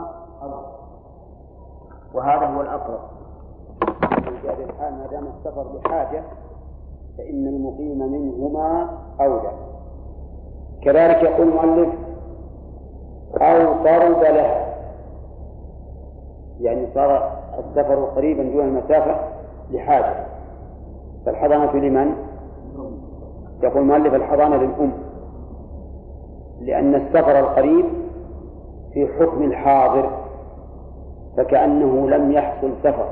وهذا هو الأقرب. في هذه الحال ما دام السفر بحاجة فإن المقيم منهما أولى. كذلك يقول المؤلف أو طرد له، يعني صار السفر قريبا دون المسافة لحاجة، فالحضانة لمن؟ يقول المؤلف الحضانة للأم، لأن السفر القريب في حكم الحاضر فكأنه لم يحصل سفر،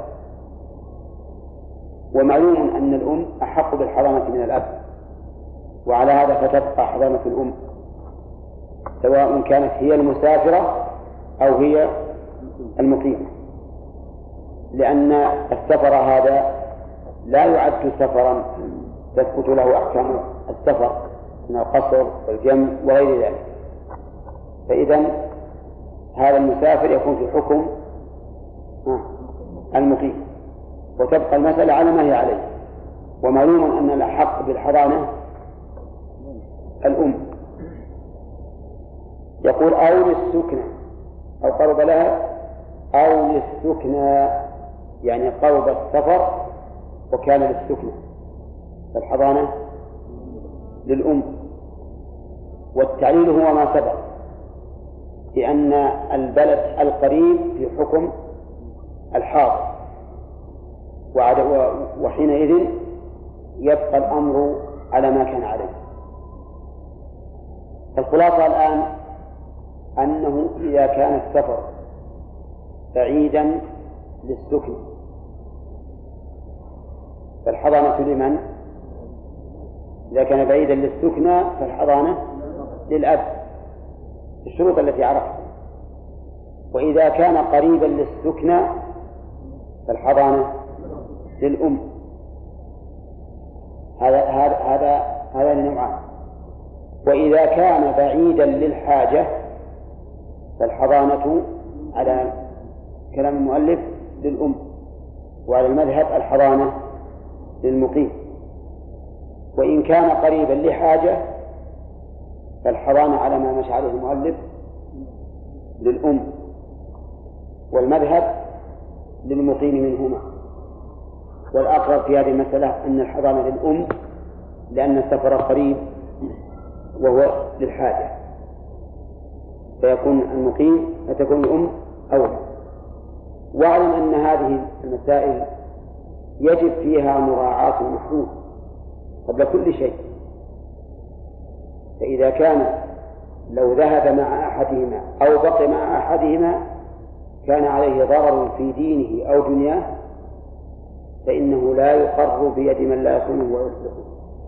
ومعلوم أن الأم أحق بالحضانة من الأب، وعلى هذا فتبقى حضانة الأم سواء كانت هي المسافرة أو هي المقيمة، لأن السفر هذا لا يعد سفرا تثبت له أحكام السفر من القصر والجمع وغير ذلك. فإذا هذا المسافر يكون في حكم المقيم، وتبقى المسألة على ما هي عليه، ومعلوم أن الأحق بالحضانة الأم. يقول أو للسكنى، أو قرب لها أو للسكنى، يعني قرب السفر وكان للسكنى، فالحضانة للأم. والتعليل هو ما سبق، لأن البلد القريب في حكم الحاضر، وحينئذ يبقى الأمر على ما كان عليه. الخلاصة الآن أنه إذا كان السفر بعيدا للسكن فالحضانة لمن؟ إذا كان بعيدا للسكنى فالحضانة للأب الشروط التي عرفتها. وإذا كان قريبا للسكنى فالحضانة للأم. هذا نوعان. وإذا كان بعيدا للحاجة فالحضانة على كلام المؤلف للأم، وعلى المذهب الحضانة للمقيم. وإن كان قريبا لحاجة فالحضانة على ما مشى عليه المؤلف للأم، والمذهب للمقيم منهما. والأقرب في هذه المسألة أن الحضانة للأم، لأن السفر قريب وهو للحاجة، فيكون المقيم فتكون الأم أولى. واعلم أن هذه المسائل يجب فيها مراعاة المحظور قبل كل شيء. فإذا كان لو ذهب مع أحدهما أو بقي مع أحدهما كان عليه ضرر في دينه أو دنياه فإنه لا يقر بيد من لا يصونه ويصلحه.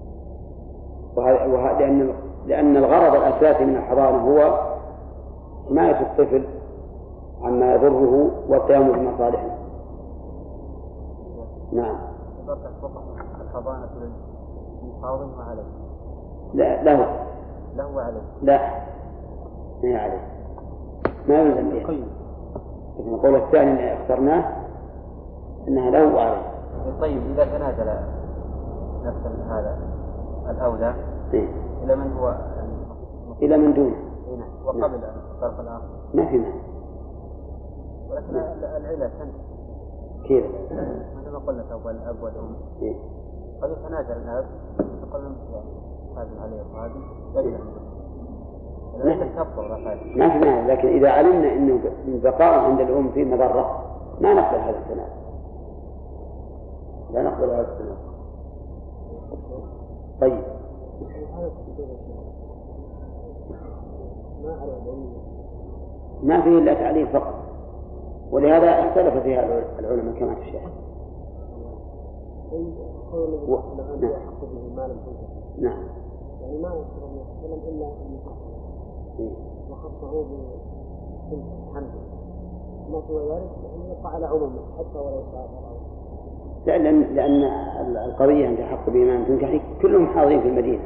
لأن الغرض الأساسي من الحضانة هو حماية الطفل عما يضره والقيام بمصالحه. نعم. الحضانة للحاضن وعليه؟ لا، له وعليه؟ لا، ما عليه، ما يلزم به. لكن القول الثاني اللي اخترناه أنها له وعليه. طيب إذا تنازل نفس هذا الأولى إلى من هو؟ إلى من دونه. وقبل الطرف الآخر ما في معنى. ولكن العلة كيف؟ مثل ما قلنا سوى الأب والأم قد يتنازل الأب يقول لهم هذا عليه وهذا يجب ما في معنى. لكن إذا علمنا أنه بقاء عند الأم في مضرة ما نقبل هذا التنازل، لا نقبل هذا التنازل. طيب ما فيه إلا تعليل فقط، ولهذا اختلف فيها العلماء كما تشاء. نعم. يعني ما يشتري من السلم إلا النساء وخصه بالحمد، ما سوى ذلك يعني يقع على عمومه حتى ولو سافر. لأن القضية عند حق بإمام تنكح كلهم حاضرين في المدينة،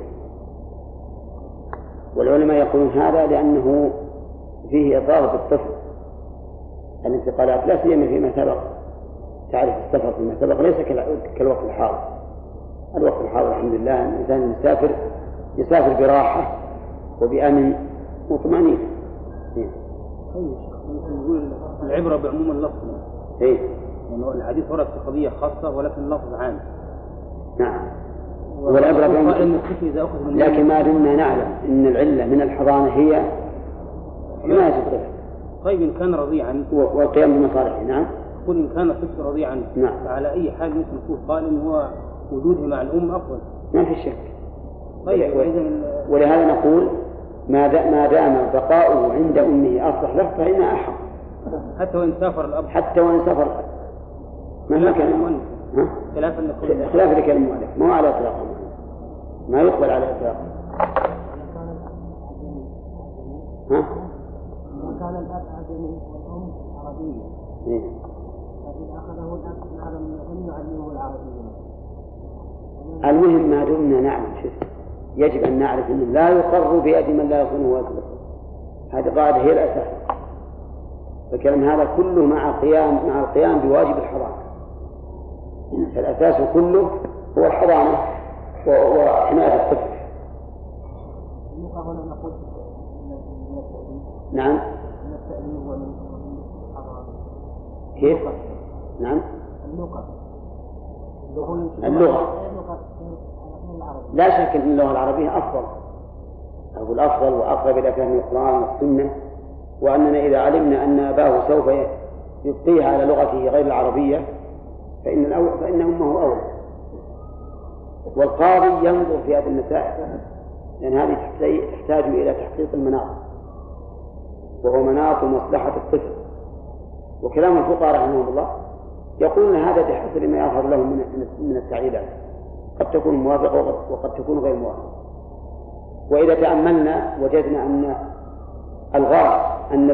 والعلماء يقولون هذا لأنه فيه إضرار بالطفل. الانتقالات لا سيما فيما سبق، تعرف السفر فيما سبق ليس كالوقت الحاضر. الوقت الحاضر الحمد لله الإنسان يسافر براحة وبأمن وطمأنينة. نقول العبرة بعموم اللفظ. إيه. يعني الحديث ورد في قضية خاصة ولكن اللفظ عام. نعم. والعبرة بعموم. لكن ما دمنا نعلم أن العلة من الحضانة هي حماية الطفل. طيب إن كان رضيعا والقيام بمصالحه. نعم. قل إن كان الطفل رضيعا. نعم. فعلى أي حال ممكن يكون قال إن هو وجوده مع الأم أفضل. ما في شك. طيب ولهذا نقول ما دام بقاؤه عند أمه أصلح له فإن أحق. حتى وإن سافر الأب. حتى وإن سافر الأب. مهما كان المؤلف. خلاف لك المؤلف ما هو على إطلاقه. ما يقبل على إطلاقه. وكان الأب عجمي والأم عربية. فإذا أخذه الأب نعلم أن يعلمه العربية. المهم ما دمنا نعلم يجب أن نعرف أنه لا يقر بيد من لا يصونه ويصلحه. هذه قاعدة هي الأساس. فكلام هذا كله مع القيام بواجب الحضانة. فالأساس كله هو الحضانة وحماية الطفل. نعم. كيف؟ نعم. اللغة لا شك أن اللغة العربية أفضل. أقول أفضل وأقرب إلى فهم القرآن والسنة، وأننا إذا علمنا أن أباه سوف يبقيها على لغته غير العربية فإن أمه أولى. والقاضي ينظر في هذه المسائل لأن هذه تحتاج إلى تحقيق المناط، وهو مناط مصلحة الطفل. وكلام الفقهاء رحمهم الله يقولون هذا بحسب ما يظهر لهم من التعليلات، قد تكون موافقة وقد تكون غير موافقة. وإذا تأملنا وجدنا أن الغالب أن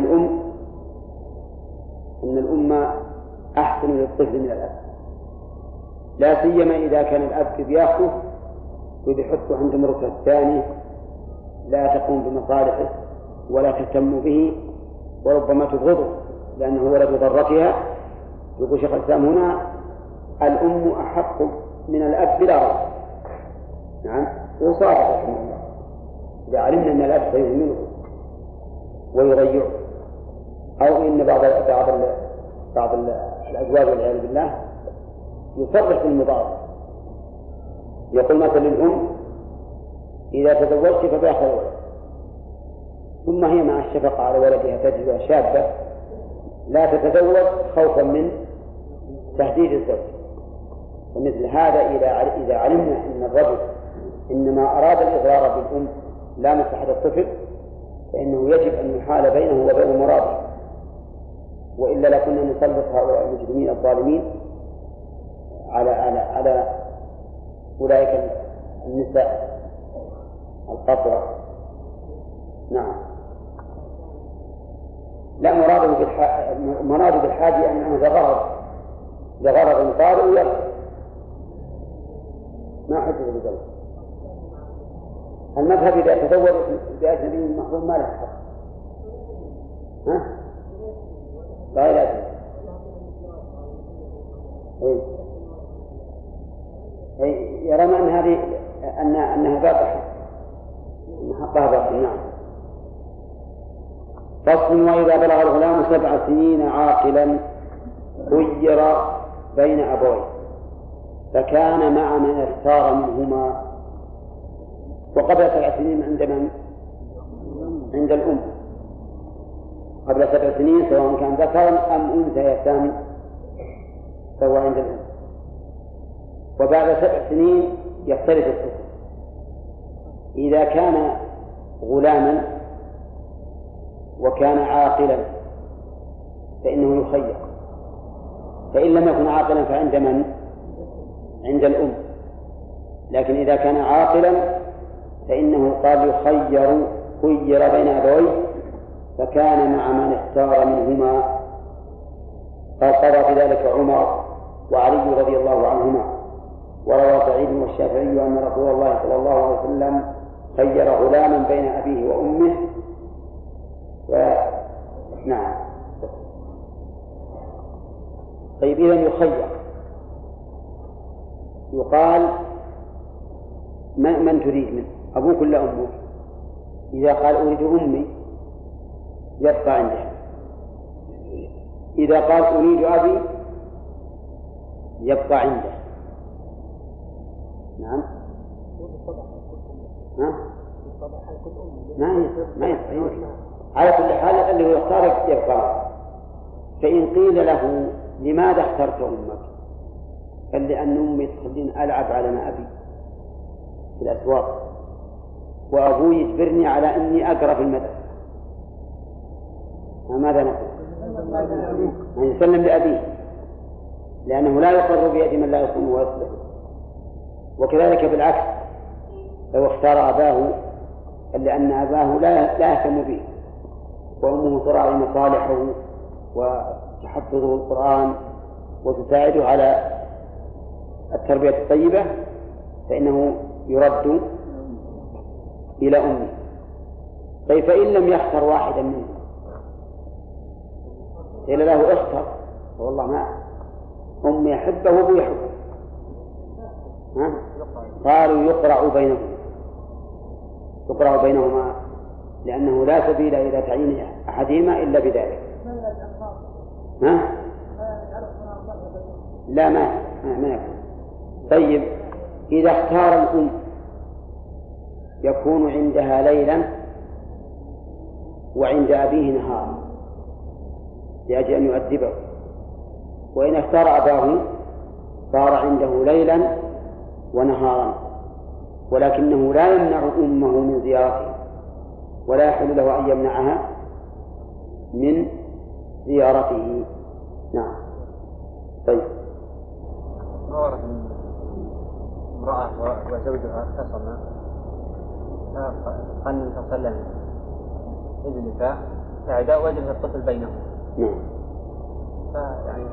الأم أحسن للطفل من الأب، لا سيما إذا كان الأب بيأخذه ويحطه عند مرته الثاني لا تقوم بمصالحه ولا تهتم به وربما تبغضه لأنه ولد ضرتها. يقول شيخ الإسلام هنا الأم أحق من الأب بلا ريب. نعم. وصادق رحمه الله إذا علمنا أن الأب سيهمله ويضيعه، أو إن بعض الأزواج والعياذ بالله يصرح بالمضاربة. يقول مثلا للأم إذا تزوجت فباخذ ولد، ثم هي مع الشفقة على ولدها تجدها شابة لا تتزوج خوفا من تهديد الزوج. ومثل هذا إذا علمنا أن الرجل إنما أراد الإضرار بالأم لا مصلحة الطفل فإنه يجب أن يحال بينه وبين مراده، وإلا لكنا نسلط هؤلاء المجرمين الظالمين على أولئك النساء القاصرات. نعم. لا مراد بالحاجة أنه لغرض طارئ ويرسل ما حدث بذلك. المذهب إذا تزوج بأجنبي محرم ما له حق. غير أجنبي. يرون أنها باطحة، أن حقها باطل. نعم. فصل. وإذا بلغ الغلام 7 سنين عاقلا خير بين أبويه فكان مع من اختار منهما. وقبل 7 سنين عند من؟ عند الأم. قبل 7 سنين سواء كان ذكرا أم أنثى فهو عند الأم. وبعد 7 سنين يختلف الحكم. إذا كان غلاما وكان عاقلا فإنه يخير، فإن لم يكن عاقلا فعند من؟ عند الأم. لكن إذا كان عاقلا فإنه قال خير بين أبويه فكان مع من اختار منهما. فقضى بذلك عمر وعلي رضي الله عنهما. وروى سعيد والشافعي أن رسول الله صلى الله عليه وسلم خير غلاما بين أبيه وأمه. نعم. طيب إذن يخير يقال من تريد منه أبوك ولا أمك؟ إذا قال أريد أمي يبقى عندها إذا قال أريد أبي يبقى عنده. نعم. ما يصح. على كل حال اللي هو يختار يبقى. فإن قيل له لماذا اخترت أمك؟ قال لأن أمي تخليني ألعب على ما أبي في الأسواق، وأبوي يجبرني على أني أقرأ في المدرسة. ماذا نقول؟ أن يسلم لأبيه، لأنه لا يقر بيد من لا يصوم ويصلح. وكذلك بالعكس، لو اختار أباه لأن أباه لا يهتم به، وأمه تراعي مصالحه وتحفظه القرآن وتساعده على التربية الطيبة، فإنه يرد إلى أمه. طيب فإن لم يختر واحدا منهم قيل له اختر، والله ما أمي يحبه وأبوه يحبه، قالوا يقرأ بينهما لأنه لا سبيل إلى تعيين أحدهما إلا بذلك. لا ما يكون. طيب إذا اختار الأم يكون عندها ليلا وعند أبيه نهارا لأجل أن يؤدبه، وإن اختار أباه صار عنده ليلا ونهارا، ولكنه لا يمنع أمه من زيارته، ولا يحل له أن يمنعها من زيارته. نعم. طيب امرأة وزوجها اختصما، قال النبي صلى الله عليه وسلم اجلسا فعدا وجلس الطفل بينهم. نعم. فيعني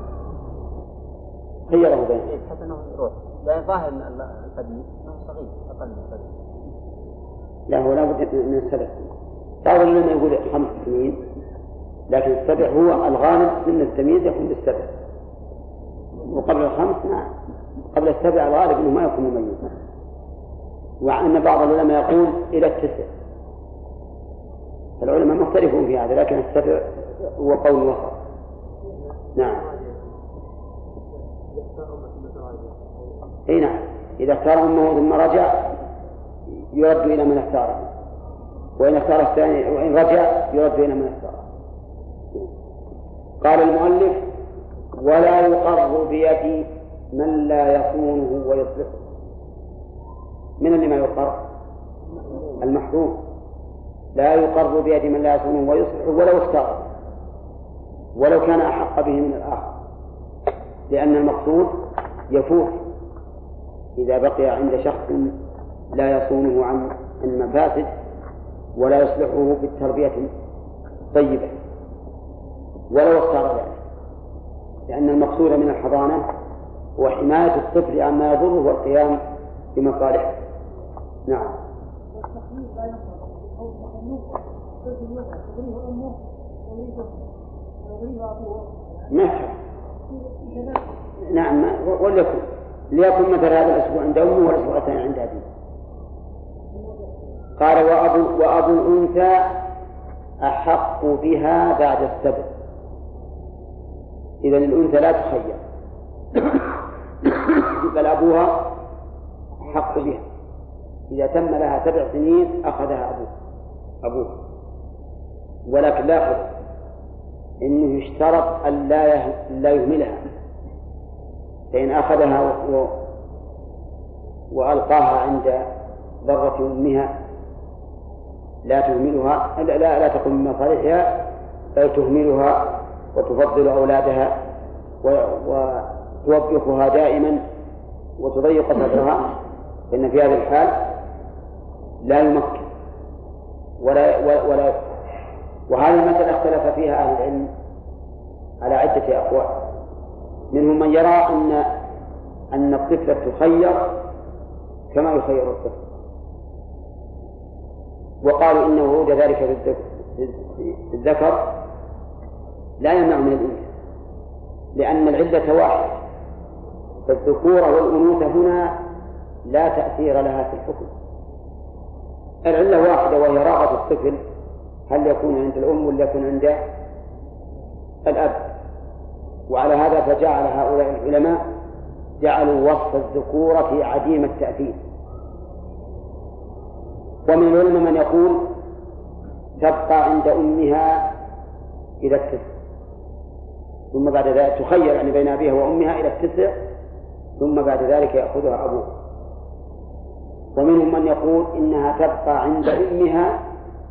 خيره بينهم. بحيث انه يروح، يعني ظاهر الحديث انه صغير اقل من صغير. لا هو لا بد من 7 سنين. بعض العلماء يقول 5 سنين، لكن 7 هو الغالب سن التمييز يكون بال7، وقبل 5 نعم، قبل 7 الغالب انه ما يكون مميزا. وأن بعض العلماء يقول إلى 9. العلماء مختلفون في هذا، لكن 7 هو قول وسط. نعم. اي نعم، إذا اختار أمه ثم رجع يرد إلى من اختاره، وإن اختار الثاني وإن رجع يرد إلى من اختاره. قال المؤلف: ولا يقر بيد من لا يصونه ويصلحه. من اللي ما يقر؟ المحروم. لا يقر بيد من لا يصونه ويصلحه ولو اختار، ولو كان أحق به من الآخر، لأن المقصود يفوت إذا بقي عند شخص لا يصونه عن المفاسد ولا يصلحه بالتربية الطيبة ولو اختار ذلك، لأن المقصود من الحضانة هو حماية الطفل عما يضره والقيام بمصالحه. نعم. ما نعم، ليكن مثل هذا الأسبوع عند أمه والأسبوع الثاني عند أبيه. قال: وأبو الأنثى أحق بها بعد 7. إذن الأنثى لا تخير، بل أبوها أحق بها. إذا تم لها 7 سنين أخذها أبوها، ولكن لاحظ إنه يشترط أن لا يهملها، فإن أخذها وألقاها عند ضرة أمها لا تهملها، لا تقوم بمصالحها، بل تهملها وتفضل أولادها وتوبخها دائما وتضيق صدرها، فإن في هذه الحال لا يمكن ولا. وهذه المسألة اختلف فيها أهل العلم على عدة أقوال. منهم من يرى أن الطفلة تخير كما يخير الطفل، وقالوا إن ورود ذلك بالذكر لا يمنع من الأنثى، لأن العلة واحدة، فالذكورة والأنوثة هنا لا تأثير لها في الحكم. العلة واحدة وهي رغبة الطفل، هل يكون عند الأم ولا يكون عند الأب. وعلى هذا فجعل هؤلاء العلماء جعلوا وصف الذكورة عديم التأثير. ومن العلماء من يقول تبقى عند أمها إلى 9، ثم بعد ذلك تخير يعني بين أبيها وأمها إلى 9، ثم بعد ذلك يأخذها أبوها. ومنهم من يقول إنها تبقى عند أمها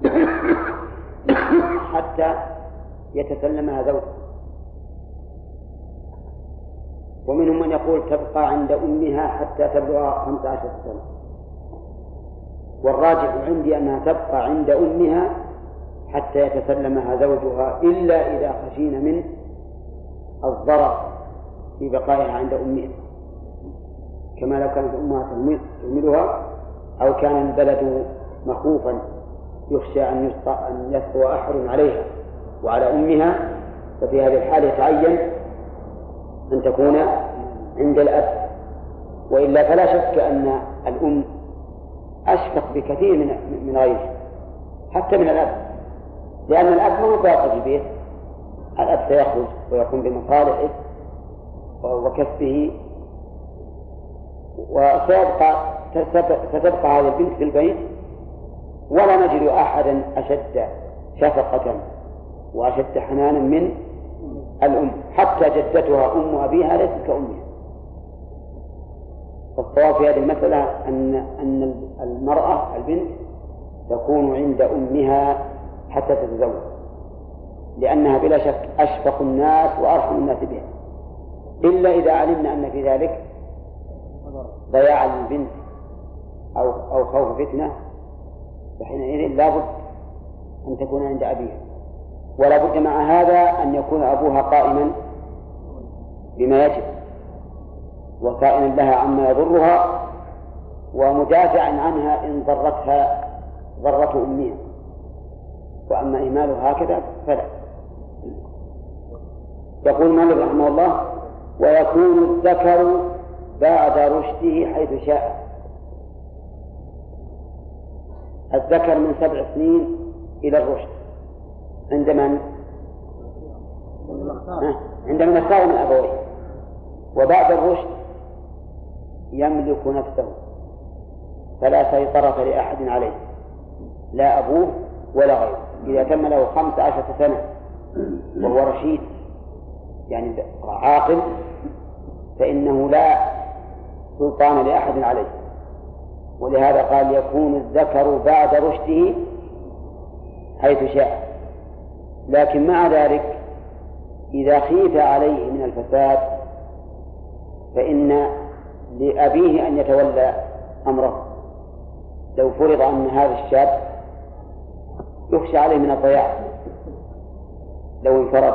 حتى يتسلمها زوجها. ومنهم من يقول تبقى عند أمها حتى تبلغ 15 سنة. والراجح عندي أنها تبقى عند أمها حتى يتسلمها زوجها، إلا إذا خشينا من الضرر في بقائها عند أمها، كما لو كانت أمها تهملها أو كان البلد مخوفا يخشى أن يسطو أحد عليها وعلى أمها، ففي هذه الحال يتعين أن تكون عند الأب. وإلا فلا شك أن الأم أشفق بكثير من غيره حتى من الأب، لأن الأب ما هو باقي في البيت، الأب سيخرج ويقوم بمصالحه وكسبه، ستبقى هذه البنت في البيت، ولا نجد أحدا أشد شفقة وأشد حنانا من الأم، حتى جدتها أم أبيها ليست كأمها. فالصواب في هذه المسألة أن المرأة البنت تكون عند أمها حتى تتزوج، لأنها بلا شك أشفق الناس وأرحم الناس بها، إلا إذا علمنا أن في ذلك ضياع للبنت أو خوف فتنة، فحينئذ لا بد أن تكون عند أبيها. ولا بد مع هذا أن يكون أبوها قائما بما يجب وكائنا لها عما يضرها ومدافعا عنها إن ضرتها ضرته أمها، وأما إهمالها هكذا فلا. يقول مالك رحمه الله: ويكون الذكر بعد رشده حيث شاء. الذكر من 7 سنين إلى الرشد عند من اختار من أبويه، وبعد الرشد يملك نفسه فلا سيطرة لأحد عليه، لا أبوه ولا غيره. إذا تم له 15 سنة وهو رشيد يعني عاقل فإنه لا سلطان لأحد عليه. ولهذا قال: يكون الذكر بعد رشده حيث شاء. لكن مع ذلك إذا خيف عليه من الفساد فإن لأبيه أن يتولى أمره. لو فرض أن هذا الشاب يخشى عليه من الضياع، لو انفرد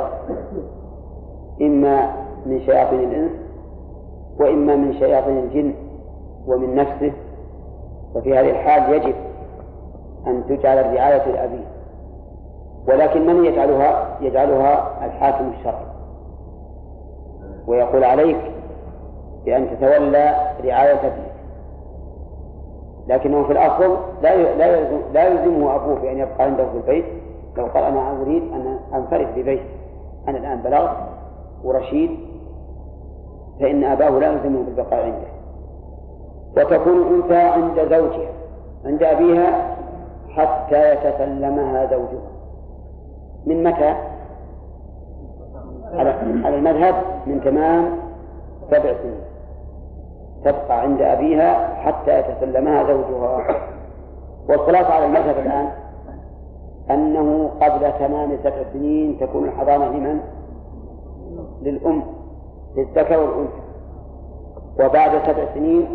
إما من شياطين الإنس وإما من شياطين الجن ومن نفسه، ففي هذه الحال يجب أن تجعل الرعاية لأبيه. ولكن من يجعلها الحاكم الشرعي، ويقول: عليك بأن تتولى رعاية ابنك. لكنه في الأصل لا يلزمه أبوه بأن يبقى عنده في البيت. لو قال: أنا أريد أن أنفرد ببيت، أنا الآن بلغت ورشيد، فإن أباه لا يلزمه بالبقاء عنده. وتكون الأنثى عند زوجها عند أبيها حتى يتسلمها زوجها. من متى؟ على المذهب من تمام 7 سنين تبقى عند أبيها حتى يتسلمها زوجها. والخلاصة على المذهب الآن أنه قبل تمام 7 سنين تكون الحضانة لمن؟ للأم، للذكر والأنثى. وبعد 7 سنين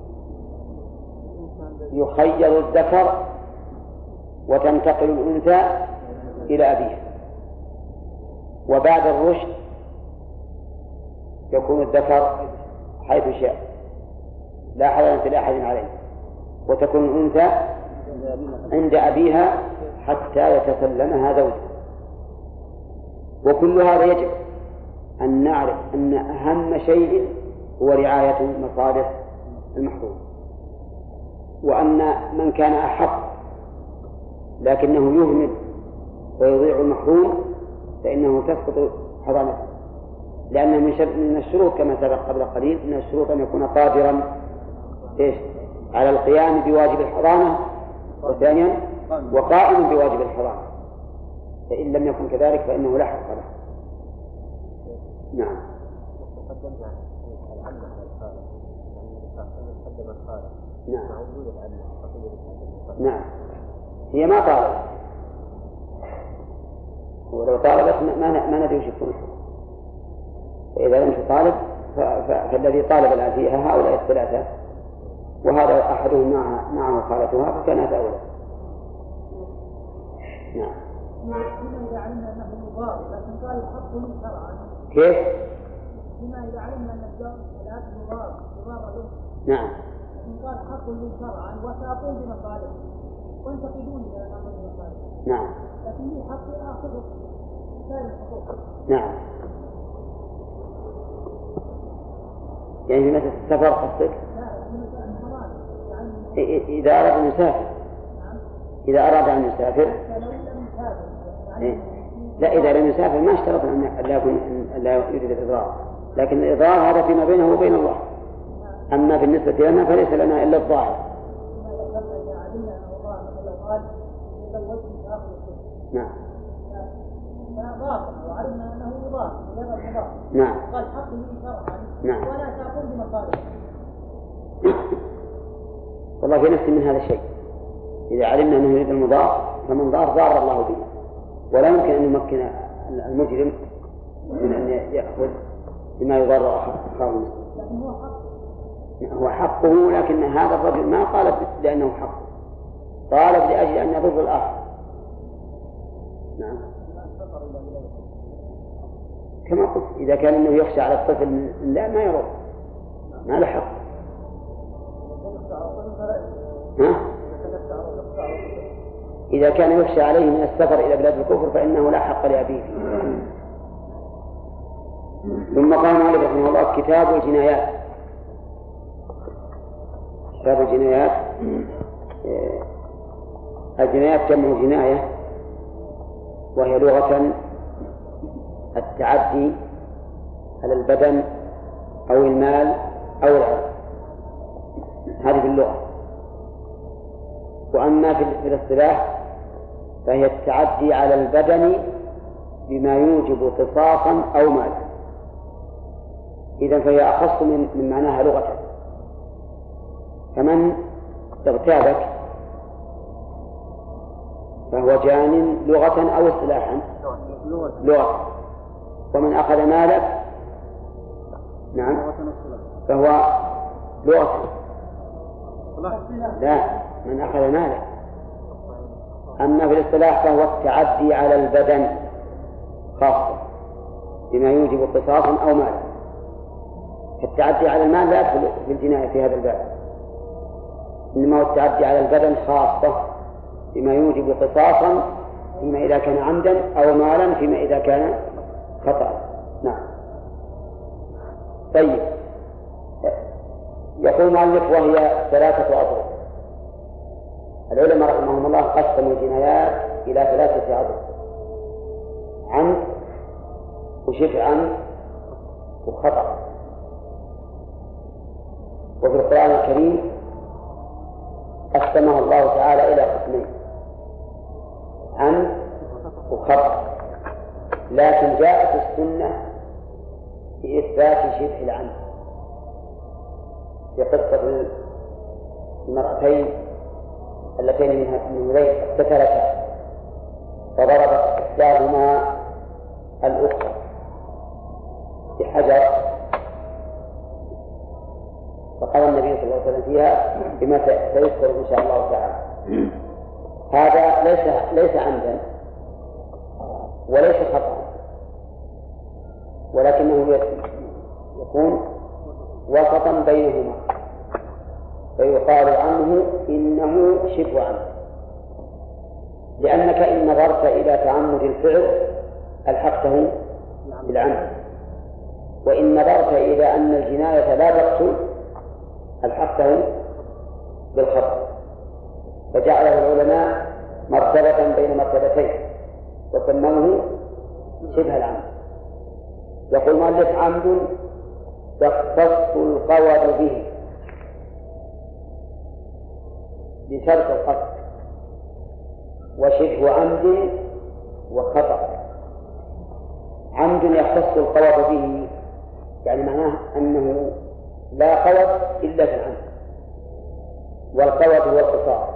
يخير الذكر وتنتقل الأنثى إلى أبيها. وبعد الرشد يكون الذكر حيث شاء لا حضانة لأحد عليه، وتكون الأنثى عند أبيها حتى يتسلمها زوجها. وكل هذا يجب أن نعرف أن أهم شيء هو رعاية مصالح المحروم، وأن من كان أحق لكنه يهمل ويضيع المحروم فإنه تسقط حضانته. لأن من الشروط كما سبق قبل قليل من الشروط أن يكون قادرا على القيام بواجب الحضانة، وثانيا وقائما بواجب الحضانة، فإن لم يكن كذلك فإنه لا حق له. نعم. تقدمنا العمة والخالة، قدم الخالة مع وجود العمة. نعم. هي ما طالبت، ولو طالبت ما ندري وش يكون. فإذا لم تطالب فالذي طالب الآن فيها هؤلاء الثلاثة، وهذا أحدهم معه خالتها فكانت أولى. نعم. بما إذا علمنا أنه مضار لكن قال الحق شرعا. كيف؟ بما إذا علمنا أن الأب مضار له. نعم. لكن قال حق شرعا وسأقوم بمصالحه وانتقدوني إذا لم أقم بمصالحه. نعم. لكن لي حق آخذه سائر الحقوق. نعم. يعني في مسألة السفر قصدك؟ إذا أراد أن يسافر. إذا أراد أن يسافر. لا، إذا لم يسافر ما اشترط أن لا يريد الإضرار، لكن الإضرار هذا فيما بينه وبين الله. أما بالنسبة لنا فليس لنا إلا الظاهر. نعم. وعلمنا أنه مضار مجرد. نعم. قال حق لي شرعا. نعم. ولا تقوم بمصالحه. والله في نفسي من هذا الشيء، إذا علمنا أنه يريد المضار فمن ضار الله به، ولا يمكن أن يمكن المجرم من أن يأخذ بما يضر أخاه المسلم. لكن هو حقه، لكن هذا الرجل ما طالب لأنه حق، طالب لأجل أن يضر الآخر. نعم. كما قلت إذا كان أنه يخشى على الطفل لا ما يرد، ما له حق. إذا كان يخشى عليه من السفر إلى بلاد الكفر فإنه لا حق لأبيه. ثم قال مالك رحمه الله كتاب الجنايات. كتاب الجنايات، الجنايات جمع جناية، وهي لغة التعدي على البدن أو المال أو العرض، هذه في اللغة. وأما في الاصطلاح فهي التعدي على البدن بما يوجب قصاصا أو مالا. إذن فهي أخص من معناها لغة. فمن اغتابك فهو جان لغة أو اصطلاحا؟ لغة. ومن أخذ مالك نعم فهو لغة. لا، من أخذ مالك. أما في الاصطلاح فهو التعدي على البدن خاصة بما يوجب قصاصا أو مالا. التعدي على المال لا يدخل في الجناية في هذا الباب، إنما هو التعدي على البدن خاصة بما يوجب قصاصا فيما إذا كان عمدا أو مالا فيما إذا كان خطأ. نعم. طيب، يقول المؤلف وهي 3 أضرب. العلماء رحمهم الله قسموا الجنايات إلى 3 أضرب: عمد وشبه عمد وخطأ. وفي القرآن الكريم قسمها الله تعالى إلى قسمين: عمد وخطأ. لكن جاءت السنة في إثبات شبه العمد في قصة المرأتين اللتين من هذيل اقتتلتا فضربت إحداهما الأخرى بحجر، فقال النبي صلى الله عليه وسلم فيها بما سيذكر إن شاء الله تعالى. هذا ليس عمدا وليس خطأ، ولكنه يكون وسطا بينهما، فيقال عنه إنه شبه عمد، لأنك إن نظرت إلى تعمد الفعل ألحقته بالعمد، وإن نظرت إلى أن الجناية لا تقتل ألحقته بالخطأ. فجعله العلماء مرتبة بين مرتبتين وسموه شبه العمد. يقول مؤلف عمد يختص القول به بشرط القصد، وشبه عمد وخطأ. عمد يختص القول به يعني معناه أنه لا قول إلا في العمد، والقول هو القصاص،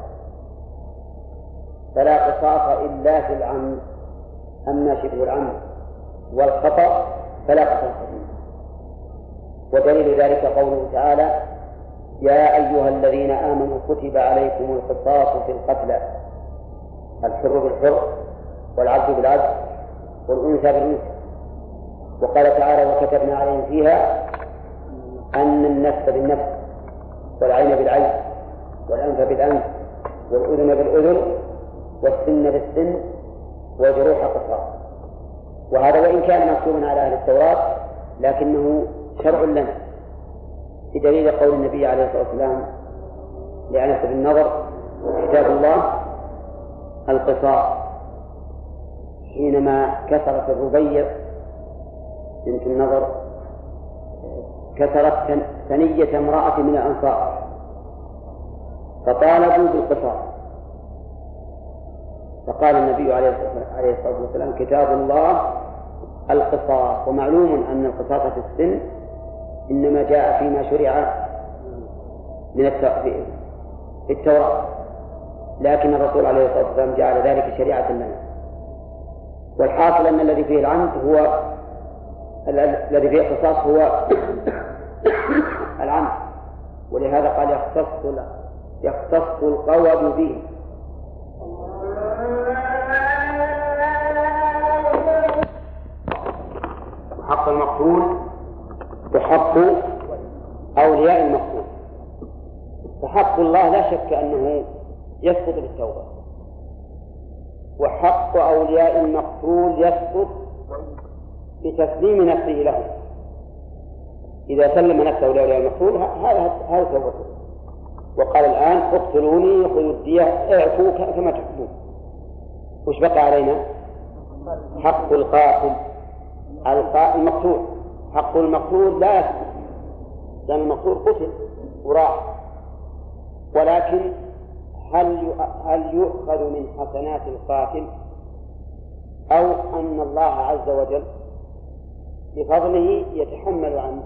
فلا قصاص إلا في العمد. أما شبه العمد والخطأ فلا قصاص فيه. ودليل ذلك قوله تعالى: يا أيها الذين آمنوا كتب عليكم القصاص في القتلى، الحر بالحر والعبد بالعبد والأنثى بالأنثى. وقال تعالى: وكتبنا عليهم فيها أن النفس بالنفس والعين بالعين والأنف بالأنف والأذن بالأذن والسن بالسن والجروح قصاص. وهذا وإن كان مكتوبا على أهل التوراة لكنه شرع لنا، بدليل قول النبي عليه الصلاة والسلام لأنس بن النضر: كتاب الله القصاص، حينما كسرت الربيع بنت النضر كسرت ثنية امرأة من الأنصار فطالبوا بالقصاص، فقال النبي عليه الصلاة والسلام: كتاب الله القصاص. ومعلوم أن القصاص في السن إنما جاء فيما شرع من في التوراة، لكن الرسول عليه الصلاة والسلام جعل ذلك شريعة لنا. والحاصل أن الذي فيه العمد هو الذي فيه القصاص هو العمد، ولهذا قال يختص القول به. وحق المقتول وحق أولياء المقتول. فحق الله لا شك أنه يسقط بالتوبة، وحق أولياء المقتول يسقط بتسليم نفسه له. إذا سلم نفسه لأولياء المقتول هذا توبته. وقال الآن: اقتلوني خذوا الدية اعفوا كما تحبون. وش بقى علينا؟ حق القاتل المقتول. حق المقتول لا يسقط، لأن المقتول قتل وراح، ولكن هل يؤخذ من حسنات القاتل، أو أن الله عز وجل بفضله يتحمل عنه؟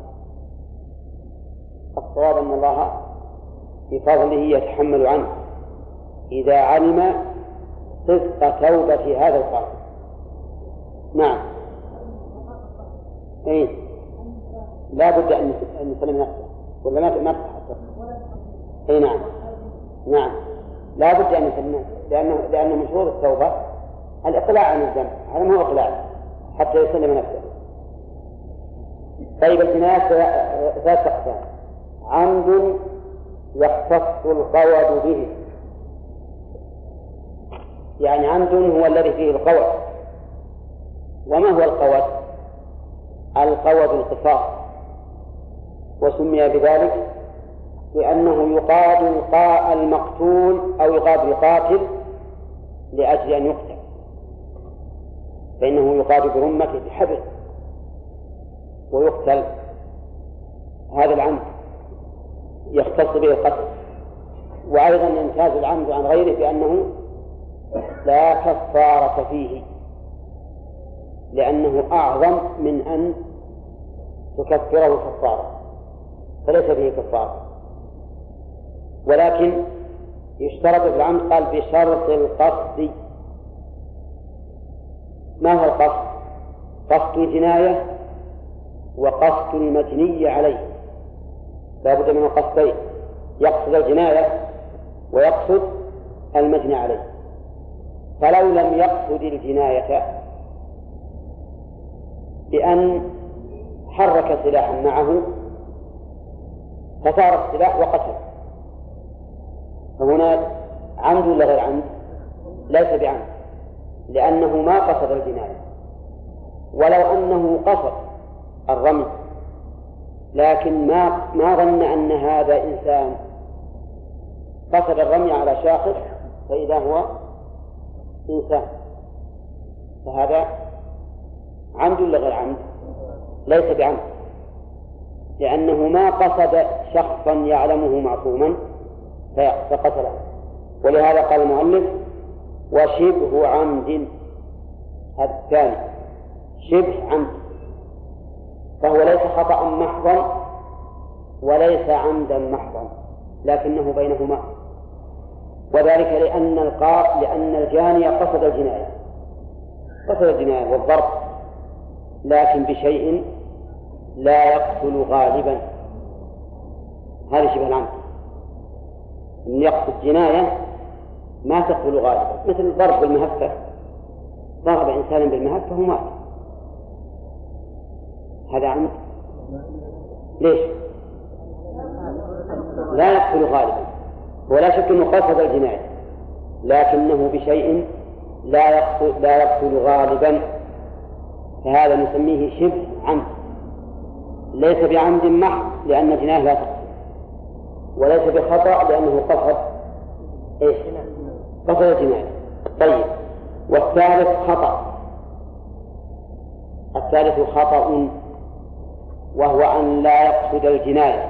الصواب أن الله بفضله يتحمل عنه إذا علم صدق توبة هذا القاتل. نعم، إيه، لا بد أن يسلم نفسه ولا ما تحصل. إيه نعم، نعم، لا بد أن يسلم، لأنه من شروط التوبة الإقلاع عن الذنب. هذا مو إقلاع حتى يسلم نفسه. طيب، الجنايات ثلاث أقسام: عمد يختص القول به، يعني عمد هو الذي فيه القول. وما هو القول؟ القول القصاص، وسمي بذلك لأنه يقاد المقتول أو يقاد القاتل لأجل أن يقتل، فإنه يقاد برمته بحبل ويقتل. هذا العمد يختص به القتل. وأيضا يمتاز العمد عن غيره بأنه لا كفارة فيه، لأنه أعظم من أن تكفره الكفارة، فليس فيه كفارة. ولكن يشترط في العمد، قال بشرط القصد. ما هو القصد؟ قصد الجناية وقصد المجني عليه، لا بد من القصدين: يقصد الجناية ويقصد المجني عليه. فلو لم يقصد الجناية بأن حرك سلاحا معه فصار السلاح وقتل، فهنا عمد ولا غير عمد؟ ليس بعمد، لأنه ما قصد الجناية. ولو أنه قصد الرمي لكن ما ظن أن هذا إنسان، قصد الرمي على شاخص فإذا هو إنسان، فهذا عمد ولا غير عمد؟ ليس بعمد، لأنه ما قصد شخصا يعلمه معصوما فقتله. ولهذا قال المؤلف وشبه عمد، هذا الثاني شبه عمد، فهو ليس خطأ محضا وليس عمدا محضا، لكنه بينهما، وذلك لأن الجاني قصد الجناية والضرب، لكن بشيء لا يقتل غالبا. هذا شبه العمد، أن يقصد جناية ما تقتل غالبا، مثل ضرب بالمهفة، ضرب إنسانا بالمهفة ومات، هذا عمد. ليش؟ لا يقتل غالبا، ولا شك أنه قصد الجناية، لكنه بشيء لا يقتل غالبا، فهذا نسميه شبه عمد، ليس بعمد محض لأن الجناية لا تقتل، وليس بخطأ لأنه قصد الجناية. طيب، والثالث خطأ، الثالث خطأ، وهو أن لا يقصد الجناية،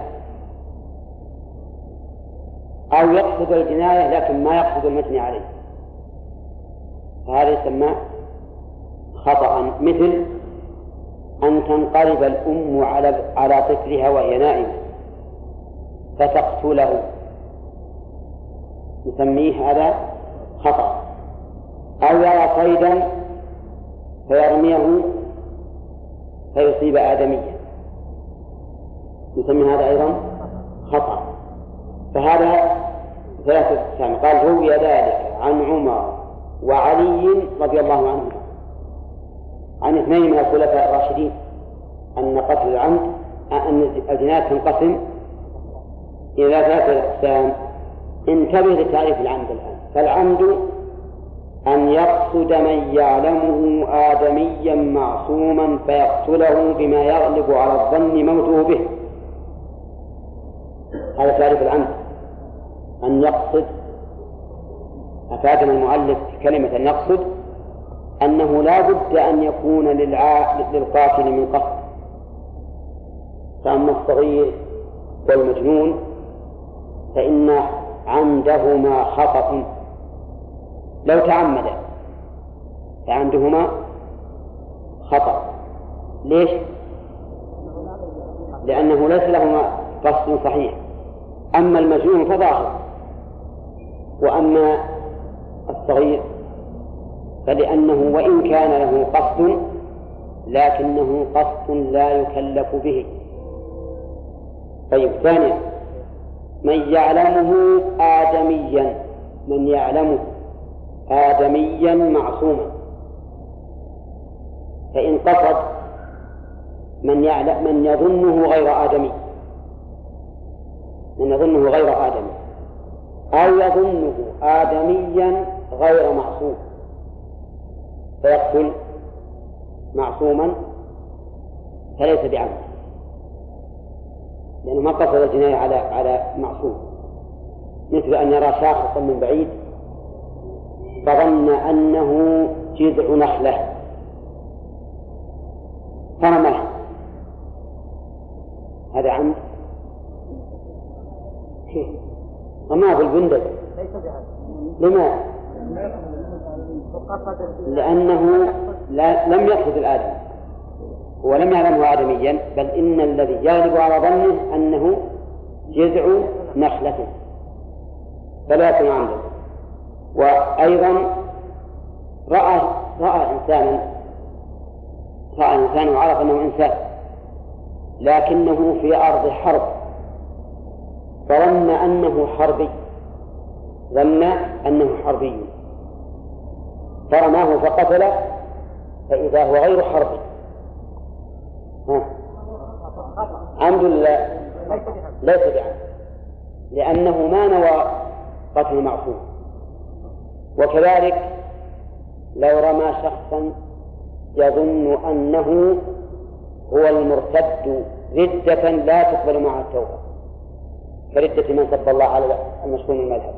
أو يقصد الجناية لكن ما يقصد المجني عليه، فهذا يسمى خطأ. مثل أن تنقلب الأم على طفلها وهي نائمة فتقتله، نسميه هذا خطأ. أو يرى صيدا فيرميه فيصيب آدميا، نسميه هذا أيضا خطأ. فهذا ثلاثة أقسام. قال روي ذلك عن عمر وعلي رضي الله عنهما عن اثنين من الخلفاء الراشدين أن قتل العمد أن الجناية تنقسم إلى ثلاثة أقسام. انتبه لتعريف العمد الآن. فالعمد أن يقصد من يعلمه آدميا معصوما فيقتله بما يغلب على الظن موته به، هذا تعريف العمد. أن يقصد، أفادنا المؤلف كلمة أن يقصد أنه لا بد أن يكون للقاتل من قصد، فأما الصغير والمجنون فإن عمدهما خطأ لو تعمد، فعمدهما خطأ. ليش؟ لأنه ليس لهما قصد صحيح. أما المجنون فظاهر، وأما الصغير فلأنه وإن كان له قصد لكنه قصد لا يكلف به. طيب، ثانيا من يعلمه آدميا معصوما، فإن قصد من يظنه غير آدمي، أو يظنه آدميا غير معصوم فيقتل معصوما فليس بعمد، لأنه ما قصد الجناية على معصوم. مثل أن يرى شاخصا من بعيد فظن أنه جذع نخلة فرماه، هذا عمد. رماه بالبندق. لماذا؟ لأنه لم يقصد الآدم ولم يعلمه آدميا، بل إن الذي يغلب على ظنه أنه جذع نخلة فلا يكون عمدا. وأيضا رأى إنسان وعرف أنه إنسان لكنه في أرض حرب فظن أنه حربي فرماه فقتله فإذا هو غير حربي، عمد ليس بعمد، لأنه ما نوى قتل معصوم. وكذلك لو رمى شخصا يظن أنه هو المرتد ردة لا تقبل معها التوبة، كردة من سب الله على المشهور من المذهب،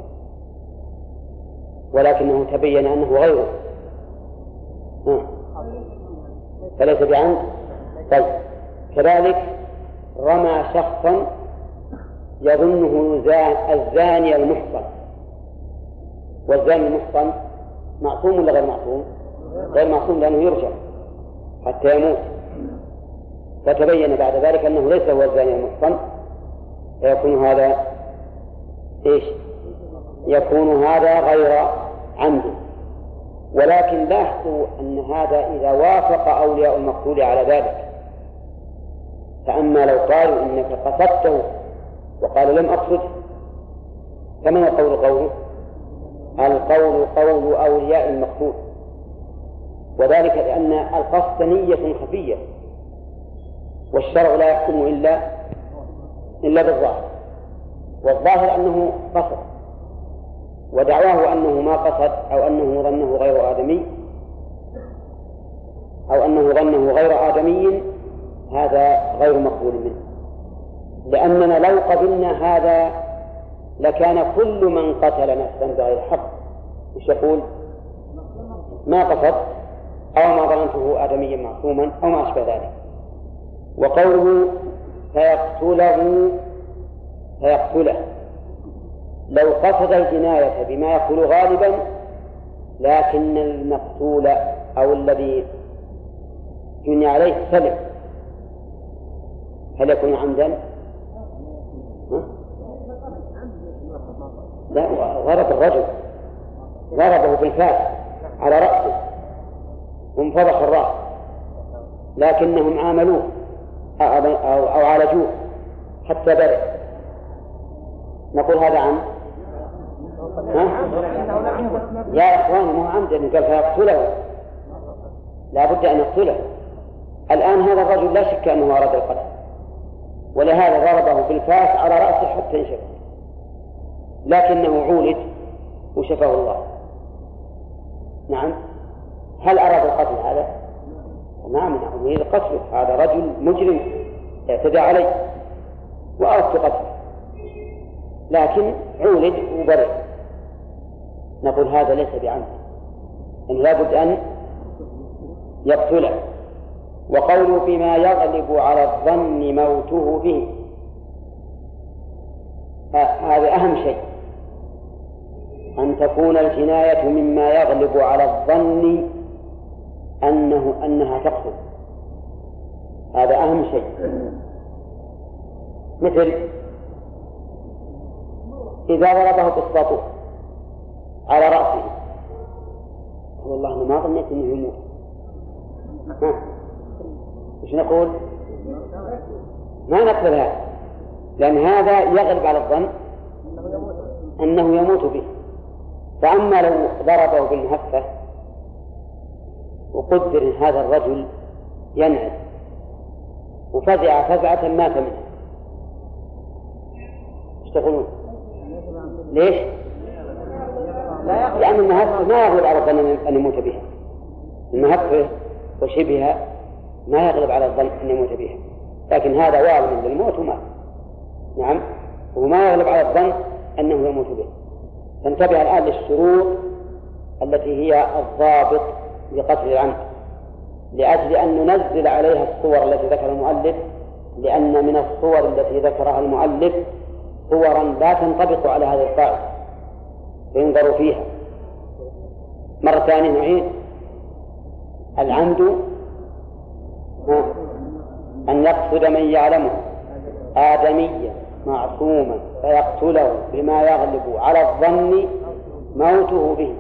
ولكنه تبين أنه غيره فليس بعمد. طيب، كذلك رمى شخصا يظنه الزاني المحصن، والزاني المحصن معصوم ولا غير معصوم؟ غير معصوم، لأنه يرجع حتى يموت، فتبين بعد ذلك أنه ليس هو الزاني المحصن، فيكون هذا إيش؟ يكون هذا غير عمد. ولكن لاحظوا أن هذا إذا وافق أولياء المقتول على ذلك، فأما لو قالوا إنك قصدته وقالوا لم أقصد، فمن القول قوله؟ القول قول أولياء المقتول، وذلك لأن القصد نية خفية، والشرع لا يحكم إلا بالظاهر، والظاهر أنه قصد، ودعواه أنه ما قصد أو أنه ظنه غير آدمي هذا غير مقبول منه، لأننا لو قبلنا هذا لكان كل من قتل نفسا بغير حق وش يقول؟ ما قصد أو ما ظننته آدميا معصوما أو ما أشبه ذلك. وقوله فيقتله لو قصد الجناية بما يقول غالبا، لكن المقتول أو الذي جني عليه سلم، هل يكون عمدا؟ لا، ضرب الرجل، ضربه بالفاس على رأسه وانفضح الرأس، لكنهم عاملوه أو عالجوه حتى برئ، نقول هذا عمد؟ يا إخواني ما هو عمد، قال فيقتله، لا بد أن يقتله. الآن هذا الرجل لا شك أنه أراد القتل، ولهذا ضربه بالفاس على رأسه حتى ينشف، لكنه عولج وشفاه الله. نعم، هل أراد القتل هذا؟ نعم، يريد قتله، هذا رجل مجرم اعتدى عليه وأردت قتله، لكن عولج وبرئ، نقول هذا ليس بعمد، إن لابد أن يقتله. وقوله بما يغلب على الظن موته به، هذا أهم شيء، أن تكون الجناية مما يغلب على الظن أنها تقتل، هذا أهم شيء. مثل إذا ضربه بالسطو على رأسه، والله أنا ما ظنيت أنه يموت، إيش نقول؟ ما نقبل هذا، لأن هذا يغلب على الظن أنه يموت به. فأما لو ضربه بالمهفة وقدر إن هذا الرجل ينعس وفزع فزعة مات منه، ايش تقولون؟ ليش؟ لأن المهفة ما يغلب على الظن أن يموت بها، المهفة وشبهها ما يغلب على الظن أن يموت بها، لكن هذا واعظ للموت ومات. نعم، وما يغلب على الظن أنه يموت به. فانتبه الآن للشروط التي هي الضابط لقتل العمد، لأجل أن ننزل عليها الصور التي ذكر المؤلف، لأن من الصور التي ذكرها المؤلف صورا لا تنطبق على هذه القاعدة فينظر فيها. مرة ثانية نعيد: العمد أن يقصد من يعلمه آدميا معصوما فيقتله بما يغلب على الظن موته به.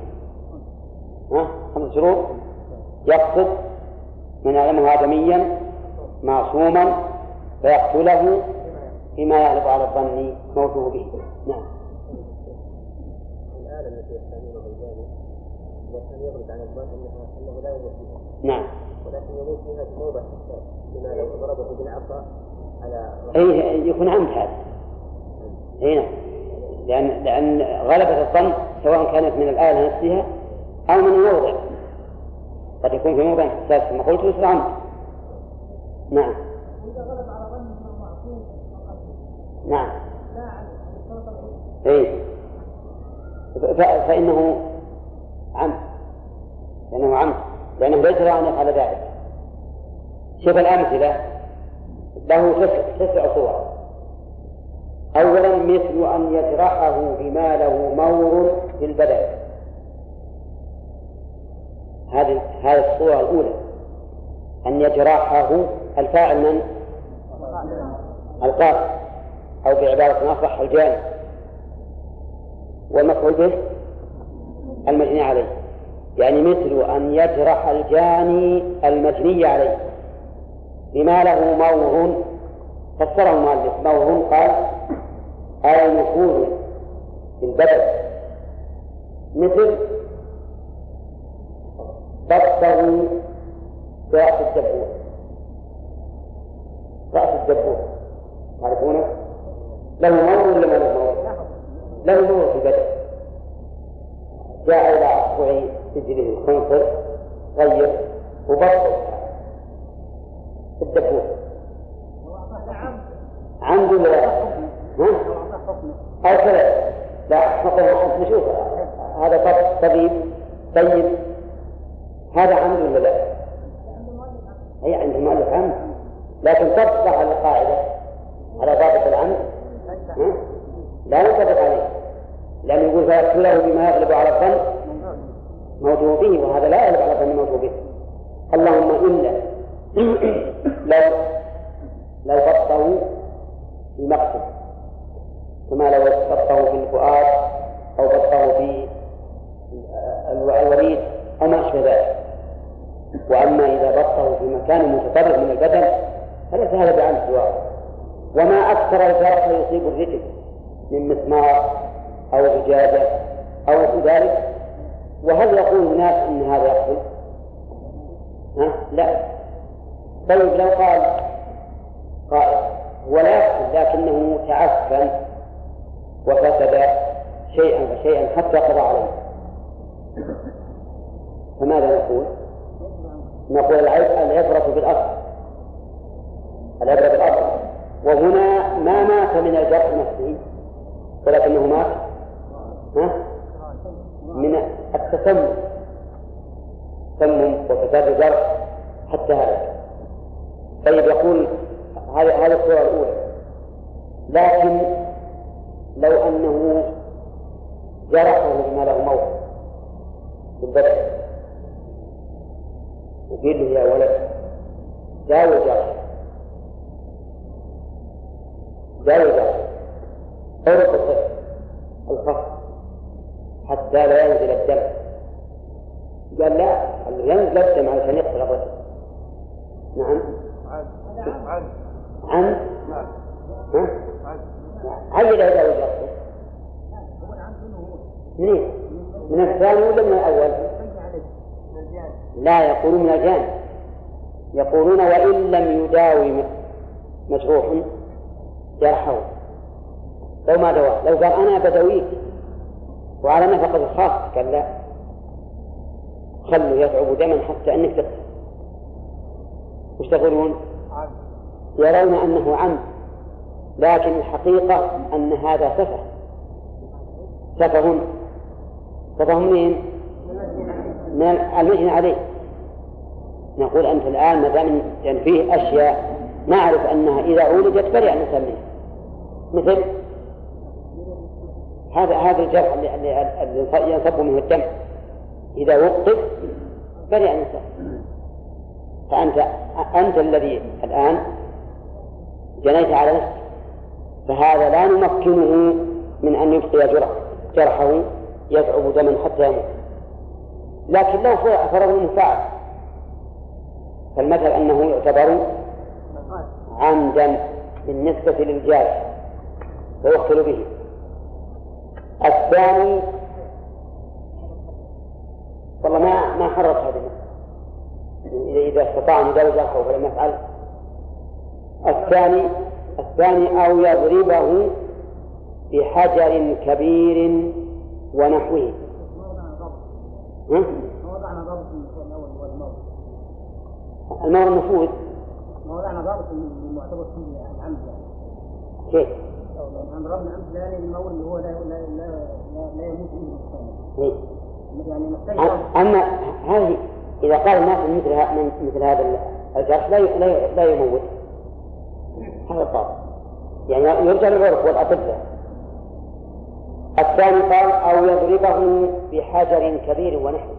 5 شروط: يقصد من يعلمه آدميا معصوما فيقتله بما يغلب على الظن موته به. نعم. الآلة التي يستعملها الرجال إذا كان يغلب على الظن أنه لا يموت بها، نعم، ولكن يموت بها بموضع حساس، بما لو ضربه بالعصا على يكون عمد هذا. هنا لأن غلبة الظن سواء كانت من الآلة نفسها أو من الموضع، قد يكون في موضع حساس كما قلت يصير عمد. نعم. إذا غلب على ظنه معصوم نعم. لا فإنه عمد، لأنه ليس له أن يفعل ذلك. شوف الأمثلة: له تسع صور. أولا مثل أن يجرحه بما له مور في البدن، هذه الصورة الأولى. أن يجرحه الفاعل من؟ القاتل، أو بعبارة أصح الجاني، والمفعول به المجني عليه. يعني مثل أن يجرح الجاني المجني عليه بما له مور. فسره المؤلف مور قال أي نفوذ في البدن، مثل بطه برأس الدبور. رأس الدبور تعرفونه؟ له مور ولا ما له مور؟ له مور في البدن. جاء إلى أصبع سجله خنصر غير وبطه الدبور. عنده لا أو كذا لا حقه نشوف هذا طبيب طيب، هذا عنده ولا لا؟ هي عند المؤلف عنده، لكن تطبق على القاعدة على ضابط العمد لا ينطبق عليه، لأنه يقول فيكفي له بما يغلب على الظن موجود به، وهذا لا يغلب على الظن موجود به. اللهم إلا لو بطه في مقتل، كما لو بطه في الفؤاد أو بطه في الوريد أو ما أشبه ذلك. وأما إذا بطه في مكان متطرف من البدن فليس هذا بعين سواه. وما أكثر الجرح يصيب الرجل من مسمار أو زجاجة أو ذلك. وهل يقول الناس إن هذا يحصل؟ لا. طيب لو قال قائل لكنه تعفن وفسد شيئا فشيئا حتى قضى عليه، فماذا نقول؟ نقول العبرة بالأصل، العبرة بالأصل. وهنا ما مات من الجرح نفسه ولكنه مات من التسمم، تسمم وفساد الجرح حتى هلك. طيب يقول هذه الصورة الأولى. لكن لو أنه جرحه بما له موت في البدن وقيل له يا ولد داوي جرح اربط الخف حتى لا ينزل الدم، قال لا ينزل الدم علشان يقتل الرجل. نعم عن عيد هذا وجهه منين؟ من الثاني ولا من الأول؟ لا، يقولون من الجانب. يقولون وإن لم يداوي مجروح جرحه لو ما دواء. لو قال أنا بدويك وعلى نفقة الخاص قال لا، خلوا يتعب دما حتى أنك تقتل. وش تقولون؟ يرون أنه عمد، لكن الحقيقة أن هذا سفه مين؟ من المجني عليه. نقول أنت الآن ما دام يعني فيه أشياء نعرف أنها إذا عولجت برئ نسميه، مثل هذا الجرح اللي ينصب منه الدم إذا وقف برئ نسميه. فأنت الذي الآن جنيت على نفسك، فهذا لا نمكنه من أن يبقي جرحه يتعب دما حتى يموت. لكن لو فرض فعل فالمثل أنه يعتبر عمدا بالنسبة للجارح ويقتل به. الثاني والله ما حرص هذه، إذا استطاع أن يداوي جرحه فلم يفعل. الثاني أو يضربه بحجر كبير ونحوه. وضعنا ضابط الأول هو الموت. الموت النفوذ. وضعنا ضابط المعتبر فيه العمد كيف؟ ضربنا أمثلة للموت اللي هو لا يموت منه الثاني. يعني محتاج. أما هذه إذا قال الناس مثل هذا الجرح لا يموت، هذا القاضي، يعني يرجع للعرف والأطباء. الثاني قال أو يضربه بحجر كبير ونحوه،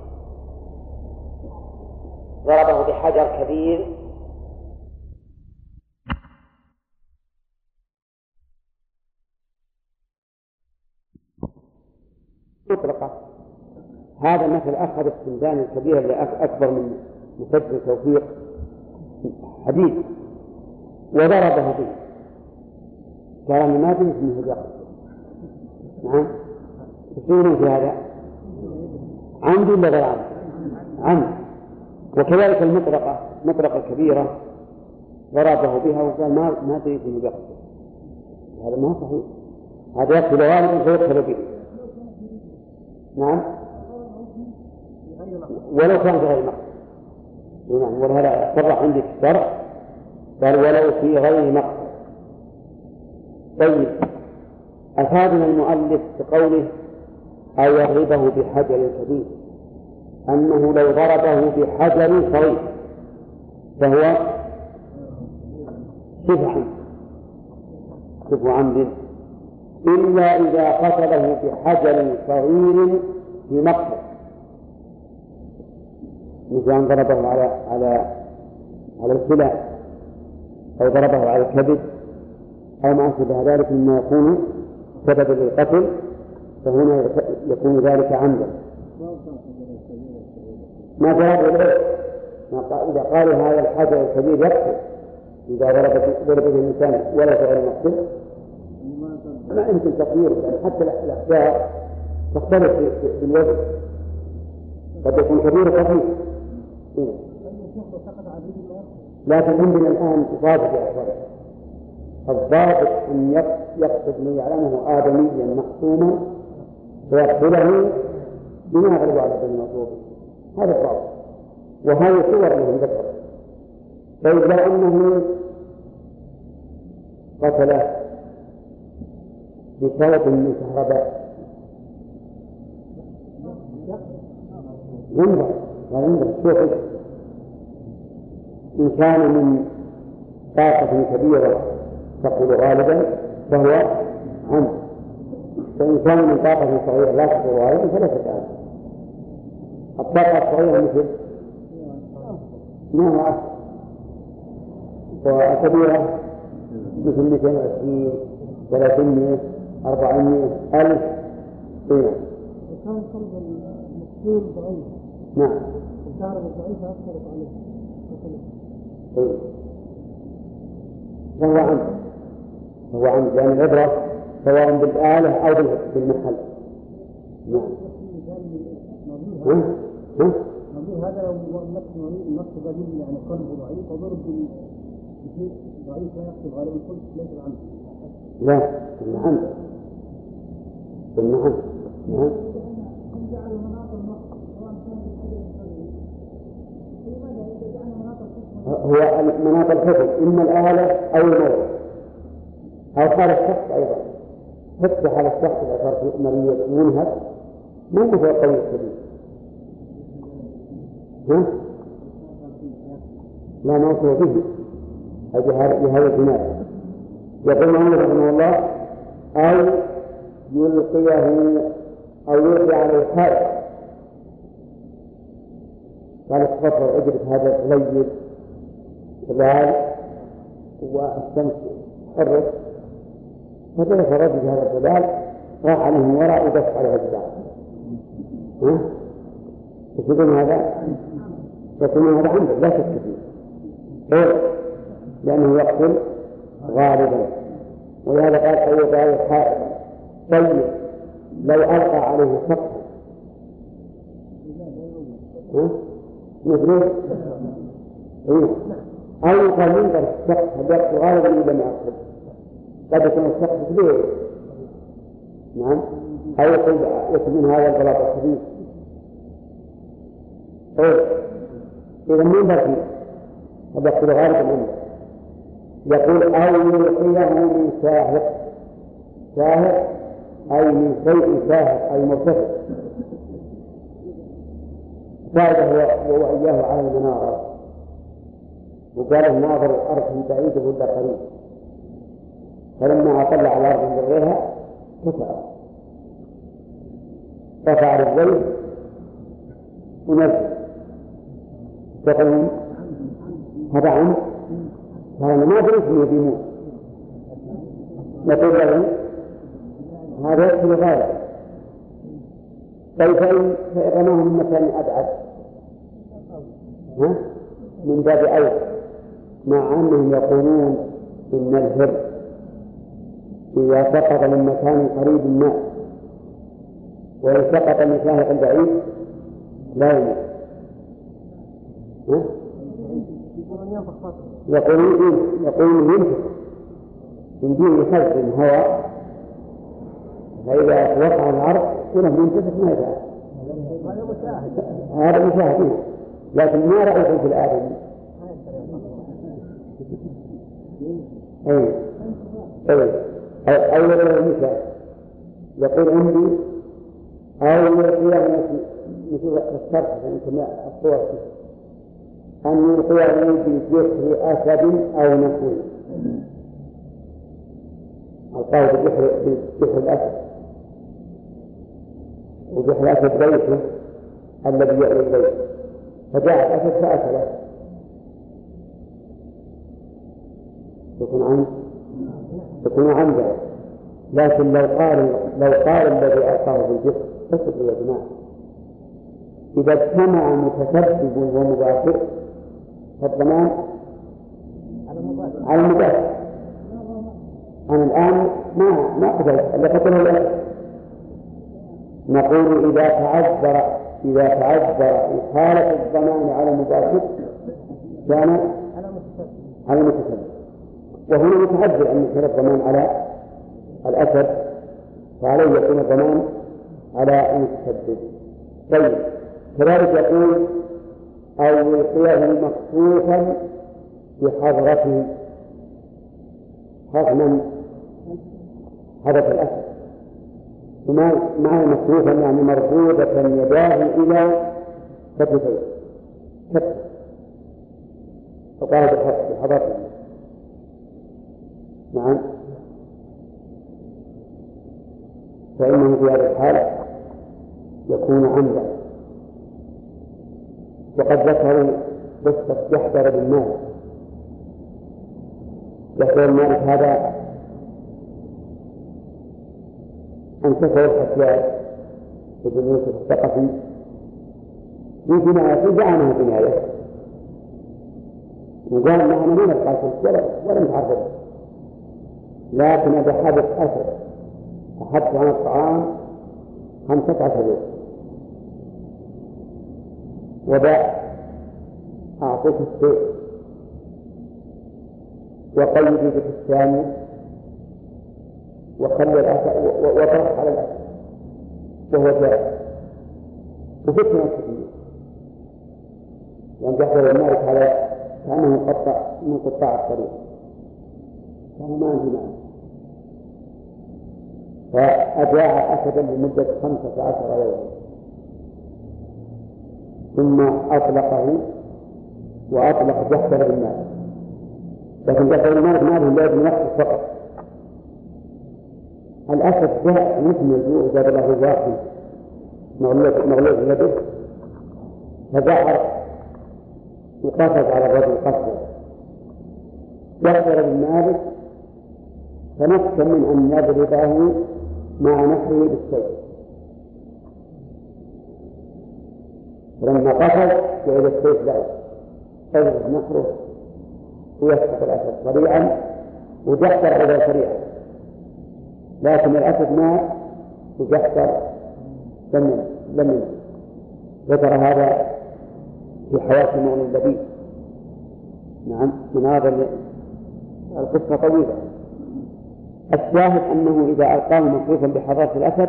ضربه بحجر كبير مطلقة. هذا مثل أخذ السندان الكبير اللي أكبر من مسدس توفيق حديد وضربه به، قال ما بنت منه اليقظة. نعم، تسيرون في هذا عمد ولا غير عمد؟ عمد. وكذلك المطرقة، مطرقة كبيرة ضربه بها وقال ما تريد منه اليقظة، هذا ما صحيح، هذا يقتل غالبا فيقتل به. نعم، ولو كان في غير مقتل. نعم، ولهذا صرح عندي في الشرع قال ولو في غير مقتل. طيب، أفادنا المؤلف بقوله أو يضربه بحجر كبير أنه لو ضربه بحجر صغير فهو شبه عمد، إلا إذا قتله بحجر صغير في مقتل، مثل أن ضربه على الكلى أو ضربه على الكبد أو ما أشبه ذلك مما يكون سببا للقتل، فهنا يكون ذلك عمدا. ما جاء بالعرف إذا قال هذا الحجر الكبير يقتل إذا ضربه الإنسان ولا فعل مقتل، ما يمكن تقديره، يعني حتى الأحجار تختلف بالوزن، قد يكون كبير وخفيف. لكن عندنا الآن ضابط يا أخوان، الضابط أن يقصد من يعلمه آدميا محكوما فيقتله بما يغلب على المطلوب، هذا الضابط. وهذه صور لهم ذكر. طيب لو أنه قتله بسبب من كهرباء ينظر شوف، إن كان من طاقة كبيرة تقول غالبا فهو عمد، وإن كان من طاقة صغيرة لا تقول غالبا فلا تتعلم. الطاقة الصغيرة مثل 110 والكبيرة مثل 220 300 400 1000. وكان قلب المقتول ضعيف. نعم. الكهرباء الضعيفة أثرت عليه. فهو عمد لأن العبرة سواء بالآلة أو بالمحل. نعم. هذا لو نفس بديل يعني قلبه ضعيف وضرب بشيء ضعيف لا يقتل غالبا الكل ليس العمد. لا، العمد. نعم. هو مناط الحفظ إما الآلة أو الموت أو حال الشخص أيضا. حتى حال الشخص إذا صار مريض منهك ما هو قوي السبيل. لا موته به بهذا الجناح. يقول محمد رحمه الله أو يلقيه أو يلقي عليه حائط. قال تفضل اجلس هذا الليل الظلال والشمس حرت، فجلس الرجل في هذا الظلال راح عليه من وراء ودس عليه الجدار. يقولون هذا عنده لا شك فيه، لأنه يقتل غالبا. ولهذا قال أو يضع حائطا. طيب لو ألقى عليه سقفا مثل أو قال ينظر السقف هل يقتل غالبا إذا ما أقتل، قد يكون السقف كبير. نعم. أو يكون من هذا البلاط الخبيث. إذا من بقي هذا يقتل غالبا منه. يقول أو يلقيه من شاهق أي من شيء شاهق أي مرتفع، فهذا هو وإياه على المناظر، وقال الناظر الأرض بعيد ولا قريب، فلما أطلع على الأرض من غيرها رفع رجليه ونزل. تقولون هذا عمد؟ هذا ما أدري إنه بيموت. نقول له هذا يكفي غاية. طيب فإن رماه من مكان أبعد من باب أول، مع أنهم يقولون إن الهر إذا سقط من مكان قريب الناس وإن سقط من شاهق بعيد لا يموت. يقولون ينفق من دون يخزن هواء، فإذا وقع العرض كله ينتفق ما يفعل. هذا مشاهد، لكن ما رأيته في الآدم. أول المثال يقول عندي أول قيام مثل الشرح فإن الصور أن القيام بجحر أسد أو نحوه. القول بجحر الأسد، وجحر الأسد بيته الذي يأوي البيت، فجاء الأسد فأكله يكون عمدا. لكن لو قال الذي ألقاه بالجحر اصبروا يا جماعة، إذا اجتمع متسبب ومباشر فالضمان على المباشر. أنا الآن ما قتلت اللي قتله الأسد. نقول إذا تعذر إخالة الضمان على المباشر كان على المتسبب، وهنا متعذر أن يكون الضمان على الأسد، فعليه يكون الضمان على المتسبب. طيب كذلك يقول أو القيام مخصوصا بحضرته حكما حدث الأسد، معنى مخصوصا يعني مربوطة يداه إلى كتفيه فقال بحضرته. نعم، فإنه في هذا الحال يكون عمدا. وقد ذكروا قصة يحضر بالمال. يحضر المالك هذا انتفع الحجاج ابن يوسف الثقفي في جناية دعمه جناية، وقال نحن ما نبقى في الشرع ولا نتعرض، لكن هذا حدث أثر أحدث عن الطعام 15 يوم وباء أعطيك السيف وقيد بك الثاني وخلي الأسد وطرح على الأسد وهو جاء وفتنا كثير، لأن جحر المالك على كأنه من قطاع الطريق، كان ما عندي مال، فأجاع أسدا لمدة 15 يوما ثم أطلقه وأطلق جحر المالك. لكن جحر المالك ما له إلا ابن وقت فقط. الأسد جاء مثل الجوع جاب له واقي مغلوب يده فجعر وقفز على الرجل قصده. جحر المالك تمكن من أن يضربه مع نحره بالسيف، لما قفز وإذا السيف له تضرب نحره ويسقط الأسد سريعا وجحر أيضا سريعا، لكن الأسد مات وجحر لم ذكر هذا في حياة مؤمن اللبيب. نعم، من هذا القصة طويلة. الشاهد أنه إذا ألقاه مخصوصا بحضارة الأسد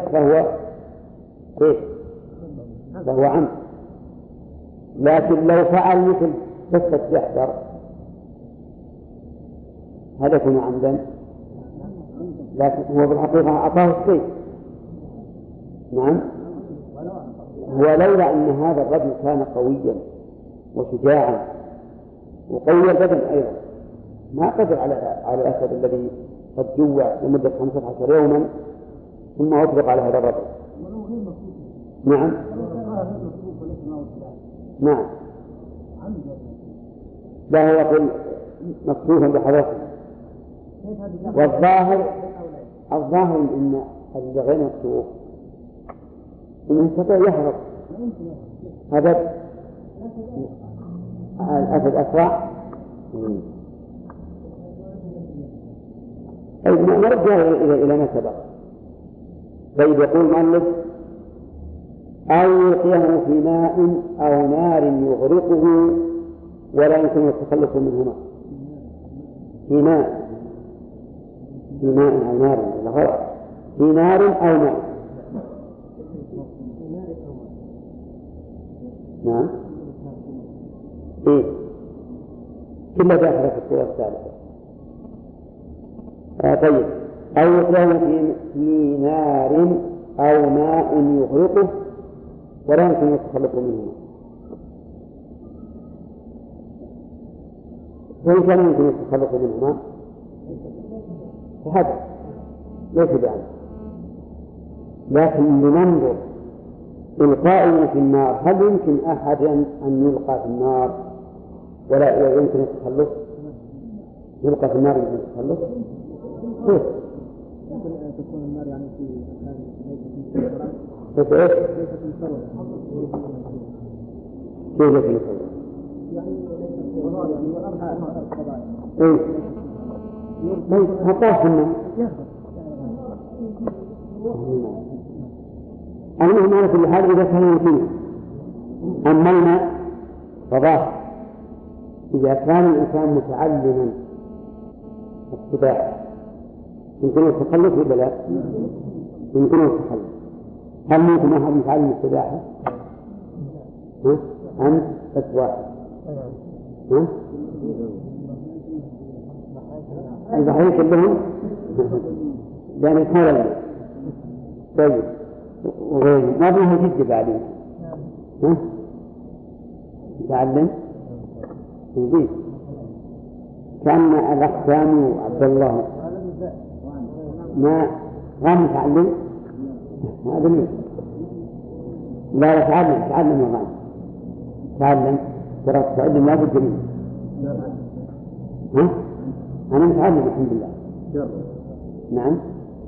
فهو عمد. لكن لو فعل مثل قصة يحذر هذا يكون عمدا، لكن هو بالحقيقة أعطاه السيف. نعم، ولولا أن هذا الرجل كان قويا وشجاعا وقوي البدن أيضا ما قدر على الأسد الذي قد جوع لمدة 15 يوما ثم أطلق على هذا الرجل. نعم نعم لا، هو يقول مكتوفا بحذفه. والظاهر ان اللي غير مكتوف انه يستطيع يهرب. هذا الاسد اسرع. طيب نرجع الى ما سبق. طيب يقول المؤلف أو يلقيه في ماء أو نار يغرقه ولا يمكن التخلص منهما. في ماء أو نار، في نار أو ماء. نعم إيه كلها داخلة في الصورة الثالثة. طيب أو يلقيه في نار أو ماء يغرقه ولا يمكن التخلص منهما. وإن كان يمكن التخلص منهما فهذا ليس بأمر، لكن لننظر إلقاؤه في النار هل يمكن أحدا أن يلقى في النار ولا يمكن التخلص؟ يلقى في النار يمكن التخلص؟ كيف؟ يمكن أن تكون النار يعني في كيف إيش؟ كيف يمكن؟ إيه حطاه في النار. المهم على كل حال إذا كان يمكنه. أما الماء فضاه إذا كان الإنسان متعلما السباحة يمكنه التخلص ولا لا؟ يمكنه التخلص. هل ممكن أحد يتعلم السباحة؟ أنت بس واحد. البحرين كلهم يعني حول. طيب وغيره ما بيه جد بعدين يتعلم يجيب. كان الأخ سامي وعبد الله ما يتعلم هذا مين؟ لا تعلم يا غانم تعلم ترى تعلم لا بد منه. أنا متعلم الحمد لله. نعم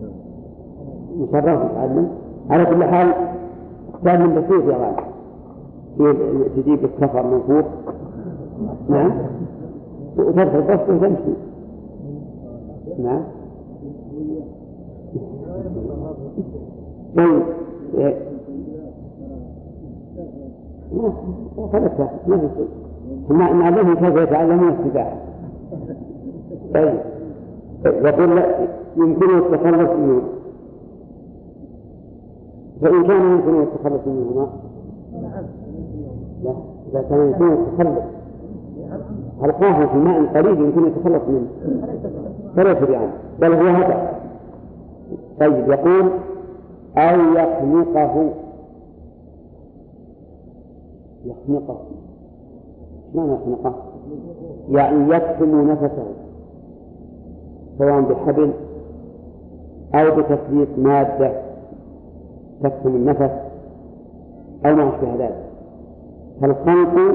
مشرف متعلم. على كل حال تعلم بسيط يا غالي تجيب السفر منفوخ. نعم وتدخل بس وتمشي. نعم طيب خلصها ما في شيء. نعلمهم كيف يتعلمون السباحة. طيب يقول يمكنه التخلص منه. فإن كان يمكنه التخلص منهما لا إذا كان يمكنه التخلص ألقاه في ماء قليل يمكن التخلص منه فلا يعني بل هو هذا. طيب يقول أو يخنقه. ما يخنقه؟ يعني يكتم نفسه سواء بحبل أو بتثبيت مادة تكتم النفس أو ما أشبه ذلك. فالخنق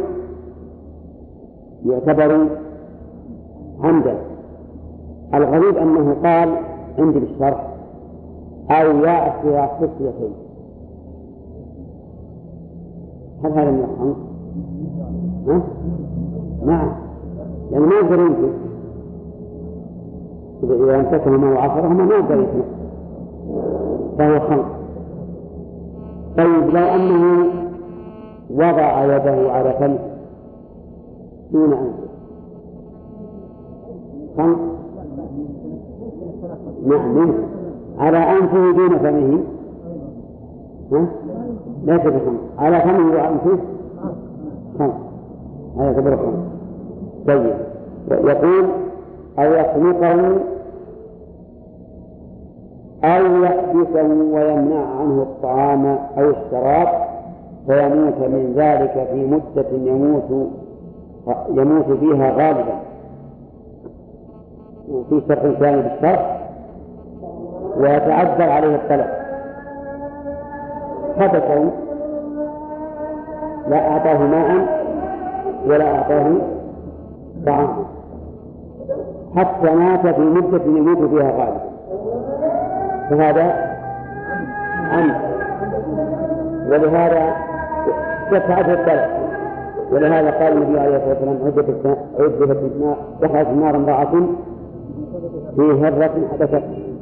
يعتبر عمدا. الغريب أنه قال عندي بالشرح أو يعصر خصيتين. هل هذا من الخنق؟ نعم يعني ما يقدر يمكن إذا امسكهما وعصرهما ما يقدر يمكن فهو خنق. طيب لو أنه وضع يده على فمه دون أنفه خنق؟ نعم على أنفه دون فمه لا تبقى على فمه وأنفه خنق. هذا كبر خنق. طيب يقول أو يخنقه أو يحبسه ويمنع عنه الطعام أو الشراب فيموت من ذلك في مدة يموت فيها غالبا. وفي شرح ثاني بالشرح ويتعذر عليه الطلب، حبسه لا أعطاه ماء ولا أعطاه طعاما حتى مات في مدة يموت فيها غالبا، فهذا عمد، ولهذا يتعذر الطلب. ولهذا قال النبي عليه الصلاة والسلام عذبت النار، دخلت النار امرأة في هرة حدثت.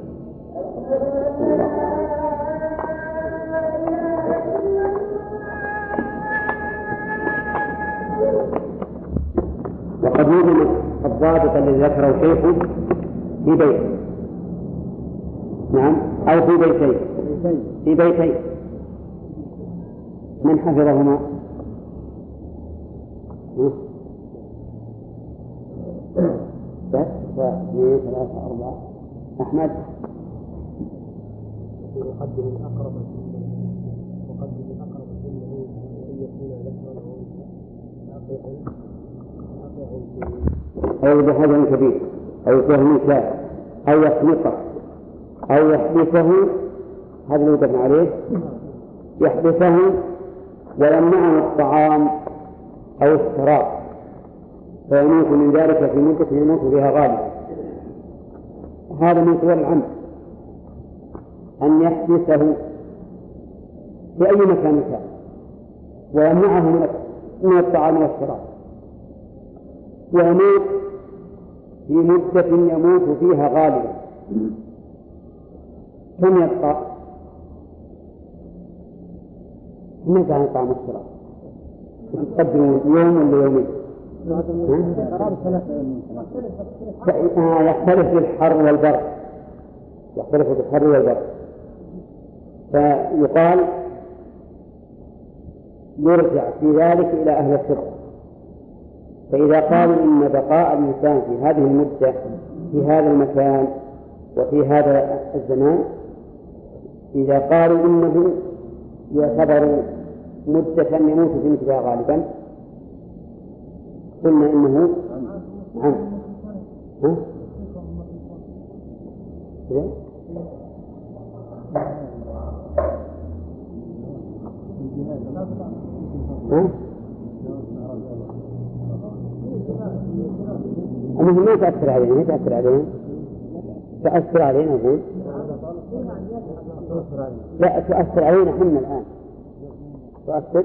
وقد يوجد الضابط الذي ذكره شيخه في بيت، نعم، أو في بيتين، في بيتين من حفظهما؟ بس واثنين ثلاثة أربعة. أحمد يقدم الأقرب وقدم الأقرب منه وإن يكون ذكرا أو بحجر كبير أو سهم شاء أو يخلقه أو يحبسه، هذا اللي يدفع عليه، يحبسه ويمنعه الطعام أو الشراب فيموت من ذلك في مدة يموت بها غالبا. هذا من صور العمد، أن يحبسه في أي مكان كان ويمنعه من الطعام والشراب ويموت في مدة يموت فيها غالبا. كم يبقى؟ ماذا عن الطعام والشراب؟ تقدموا يوم ولا يومين؟ يختلف بالحر والبرد، يختلف بالحر والبرد. فيقال يرجع في ذلك إلى أهل الشرع، فإذا قالوا إن بقاء الإنسان في هذه المدة في هذا المكان وفي هذا الزمان، إذا قالوا إنه يعتبر مدة يموت في مثلها غالبا، قلنا إنه عم أنه ما تأثر علينا، ما تأثر علينا، تأثر علينا نقول لا تؤثر علينا إحنا الآن، تؤثر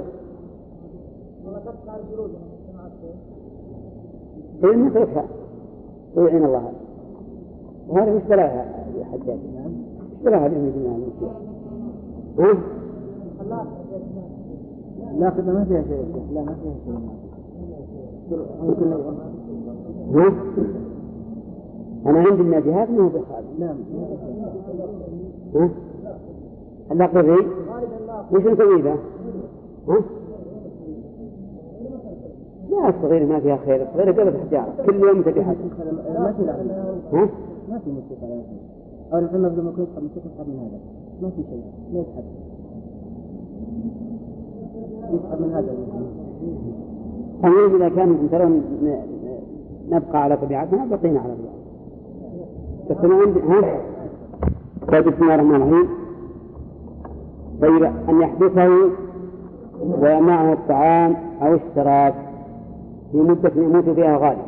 إن تفهم ويعين الله. وهذا مش بلاها يا حجاج، مش بلاها اليوم يجينا لا خدمة ما فيها شيء، لا ما فيها شيء. أنا عندي النبيهات ما هو بخالد. نعم. اللاقري وش نسوي له؟ لا الصغير ما فيها خير، الصغير قبل الحجارة كل يوم تبي حاجة. ما في لعب. ما في موسيقى لا شيء. أو الحين لما كنت أسحب موسيقى أسحب من هذا. ما في شيء. ما يسحب. يسحب من هذا. أنا إذا كان ترون نبقى على طبيعتنا بقينا على طبيعتنا. بس أنا عندي طيب بسم الله الرحمن الرحيم. طيب أن يحبسه ويمنعه الطعام أو الشراب في مدة يموت فيها غالبا،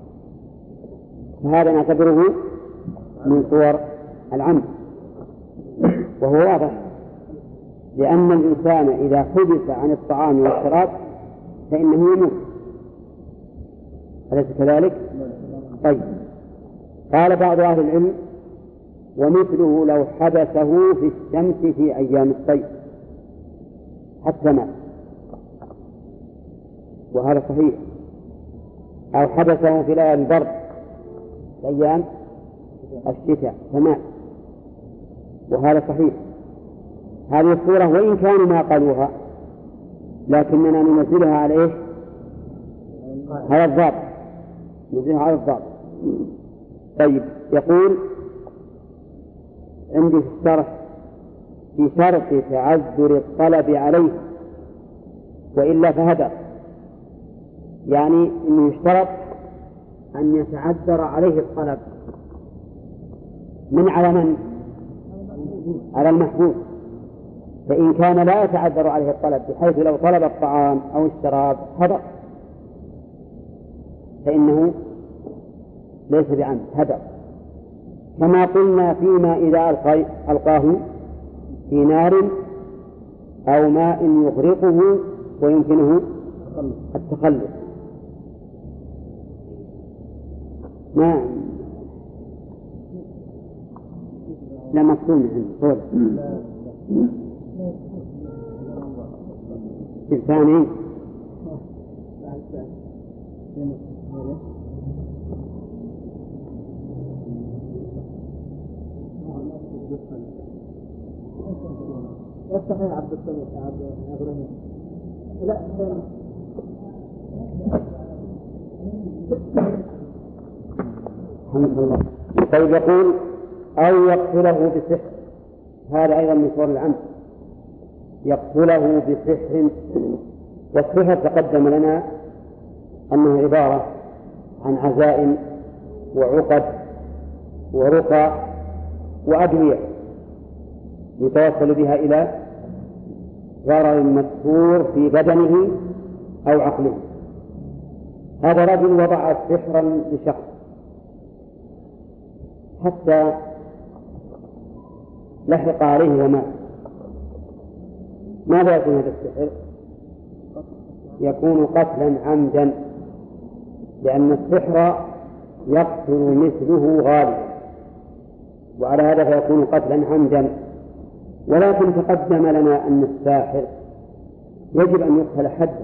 فهذا نعتبره من صور العمد، وهو واضح، لأن الإنسان إذا حبس عن الطعام والشراب فإنه يموت، أليس كذلك؟ طيب قال بعض أهل العلم ومثله لو حبسه في الشمس في أيام الصيف حتى مات، وهذا صحيح، أو حبسه في ليالي البرد أيام الشتاء فمات، وهذا صحيح. هذه الصورة وإن كانوا ما قالوها لكننا ننزلها على إيش؟ على الضابط، ننزلها على الضابط. طيب يقول عندي في الشرح في شرط تعذر الطلب عليه وإلا فهدر، يعني إنه يشترط أن يتعذر عليه الطلب من على من؟ على المحبوب. فإن كان لا يتعذر عليه الطلب بحيث لو طلب الطعام أو الشراب هدر فإنه ليس بعمد، هدر، كما قلنا فيما إذا ألقاه في نار أو ماء يغرقه ويمكنه التخلص. ما لا مقصود منه الثاني يستحيل عبد السميع عبد إبراهيم لا الحمد لله. طيب يقول أو يقتله بسحر، هذا أيضا من صور العمد، يقتله بسحر. والسحر تقدم لنا أنه عبارة عن عزائم وعقد ورقى وأدوية يتوصل بها إلى ضرر مذكور في بدنه أو عقله. هذا رجل وضع سحرا لشخص حتى لحق عليه ومات، ماذا يكون هذا السحر؟ يكون قتلا عمدا، لأن السحر يقتل مثله غالبا، وعلى هذا فيكون قتلا عمدا. ولكن تقدم لنا أن الساحر يجب أن يقتل حدا،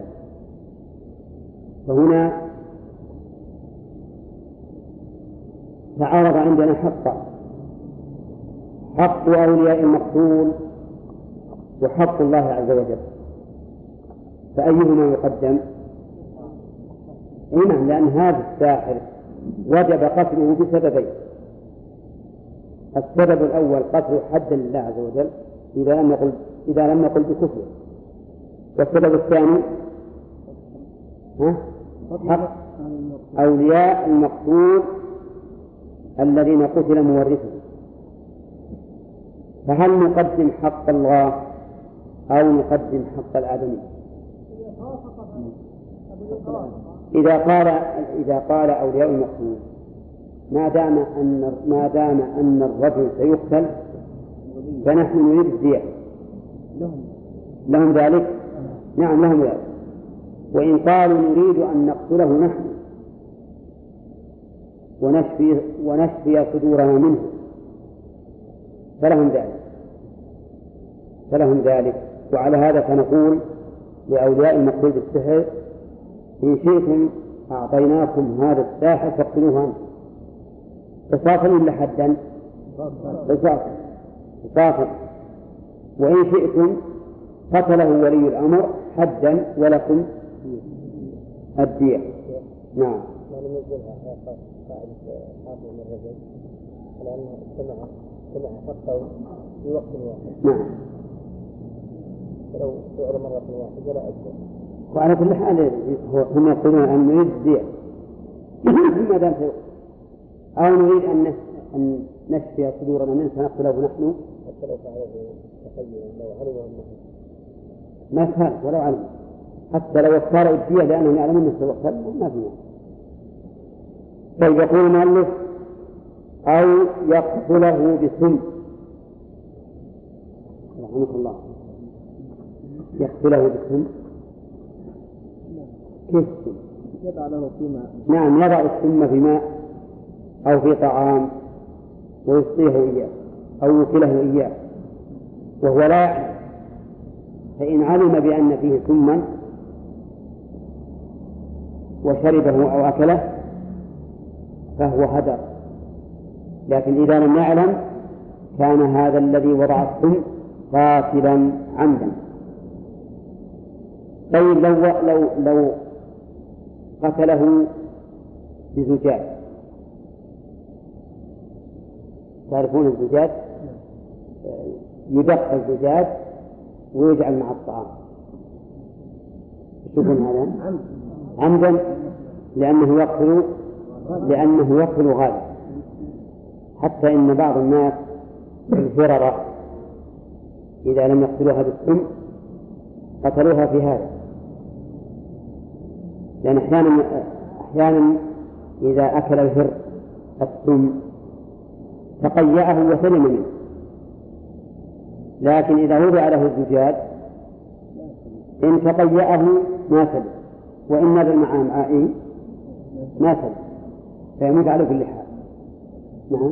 فهنا تعارض عندنا حق أولياء المقتول وحق الله عز وجل، فأيهما يقدم؟ نعم، لأن هذا الساحر وجب قتله بسببين: السبب الأول قتل حدا لله عز وجل إذا لم نقل بكفر، والسبب الثاني حق أولياء المقتول الذين قتل مورثه. فهل نقدم حق الله أو نقدم حق الآدمي؟ إذا قال أولياء المقتول ما دام أن الرجل سيقتل فنحن نريد الدية، لهم ذلك؟ نعم لهم ذلك. وإن قالوا نريد أن نقتله نحن ونشفي صدورنا منه فلهم ذلك. وعلى هذا فنقول لأولياء المقتول بالسحر: إن شئتم أعطيناكم هذا الساحر فاقتلوه أنتم، قصاصا ولا حدا؟ قصاصا. وإن شئتم قتله ولي الأمر حدا ولكم الدية. نعم. سمع حقه في وقت واحد. نعم. لو فعل مرة واحدة ولا أكثر. وعلى كل حال هم يقولون أن نريد الدية ما دام أو نريد أن نشفي صدورنا منه فنقتله نحن. حتى لو فعله تخيلا لو علم أنه ما يفعل ولو علم، حتى لو اختاروا الدية لأنهم يعلمون أنه سيقتل ما في. طيب يقول المؤلف: أو يقتله بسم. رحمك الله. يقتله بسم كيف؟ يضع له في ماء. نعم، يضع السم في ماء أو في طعام ويسقيه إياه أو يوكله إياه وهو لا يعلم، فإن علم بأن فيه سما وشربه أو أكله فهو هدر. لكن إذا لم يعلم كان هذا الذي وضع السم قاتلا عمدا. طيب لو قتله بزجاج، تعرفون الزجاج يدق الزجاج ويجعل مع الطعام، تشوفون هذا عمدا لأنه يقتل غالب. حتى إن بعض الناس الهررة إذا لم يقتلوها بالسم قتلوها في هذا، لأن أحيانا إذا أكل الهر السم تقيأه وسلم منه، لكن إذا وضع له الزجاج إن تقيأه ما سلم، وإن نزل مع أمعائه ما سلم، فيموت على كل حال. نعم.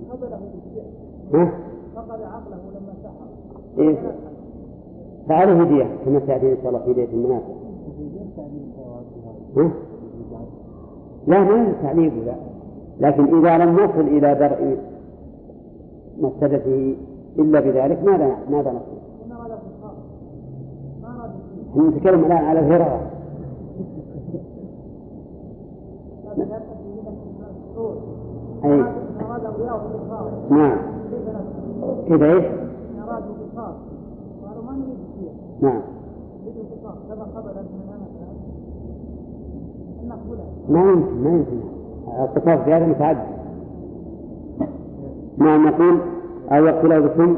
فقد عقله لما سحر. فعليه دية كما تأتي إن شاء الله في دية المنافع. لا ما تعليق لا، لكن إذا لم نصل إلى درء مفسدته إلا بذلك ماذا نصل؟ نحن نتكلم الآن على الهرارة. أي نعم. كيف إيش؟ نعم. ما يمكن القصاص في هذا متعدد. نعم نقول أو يقتله بسم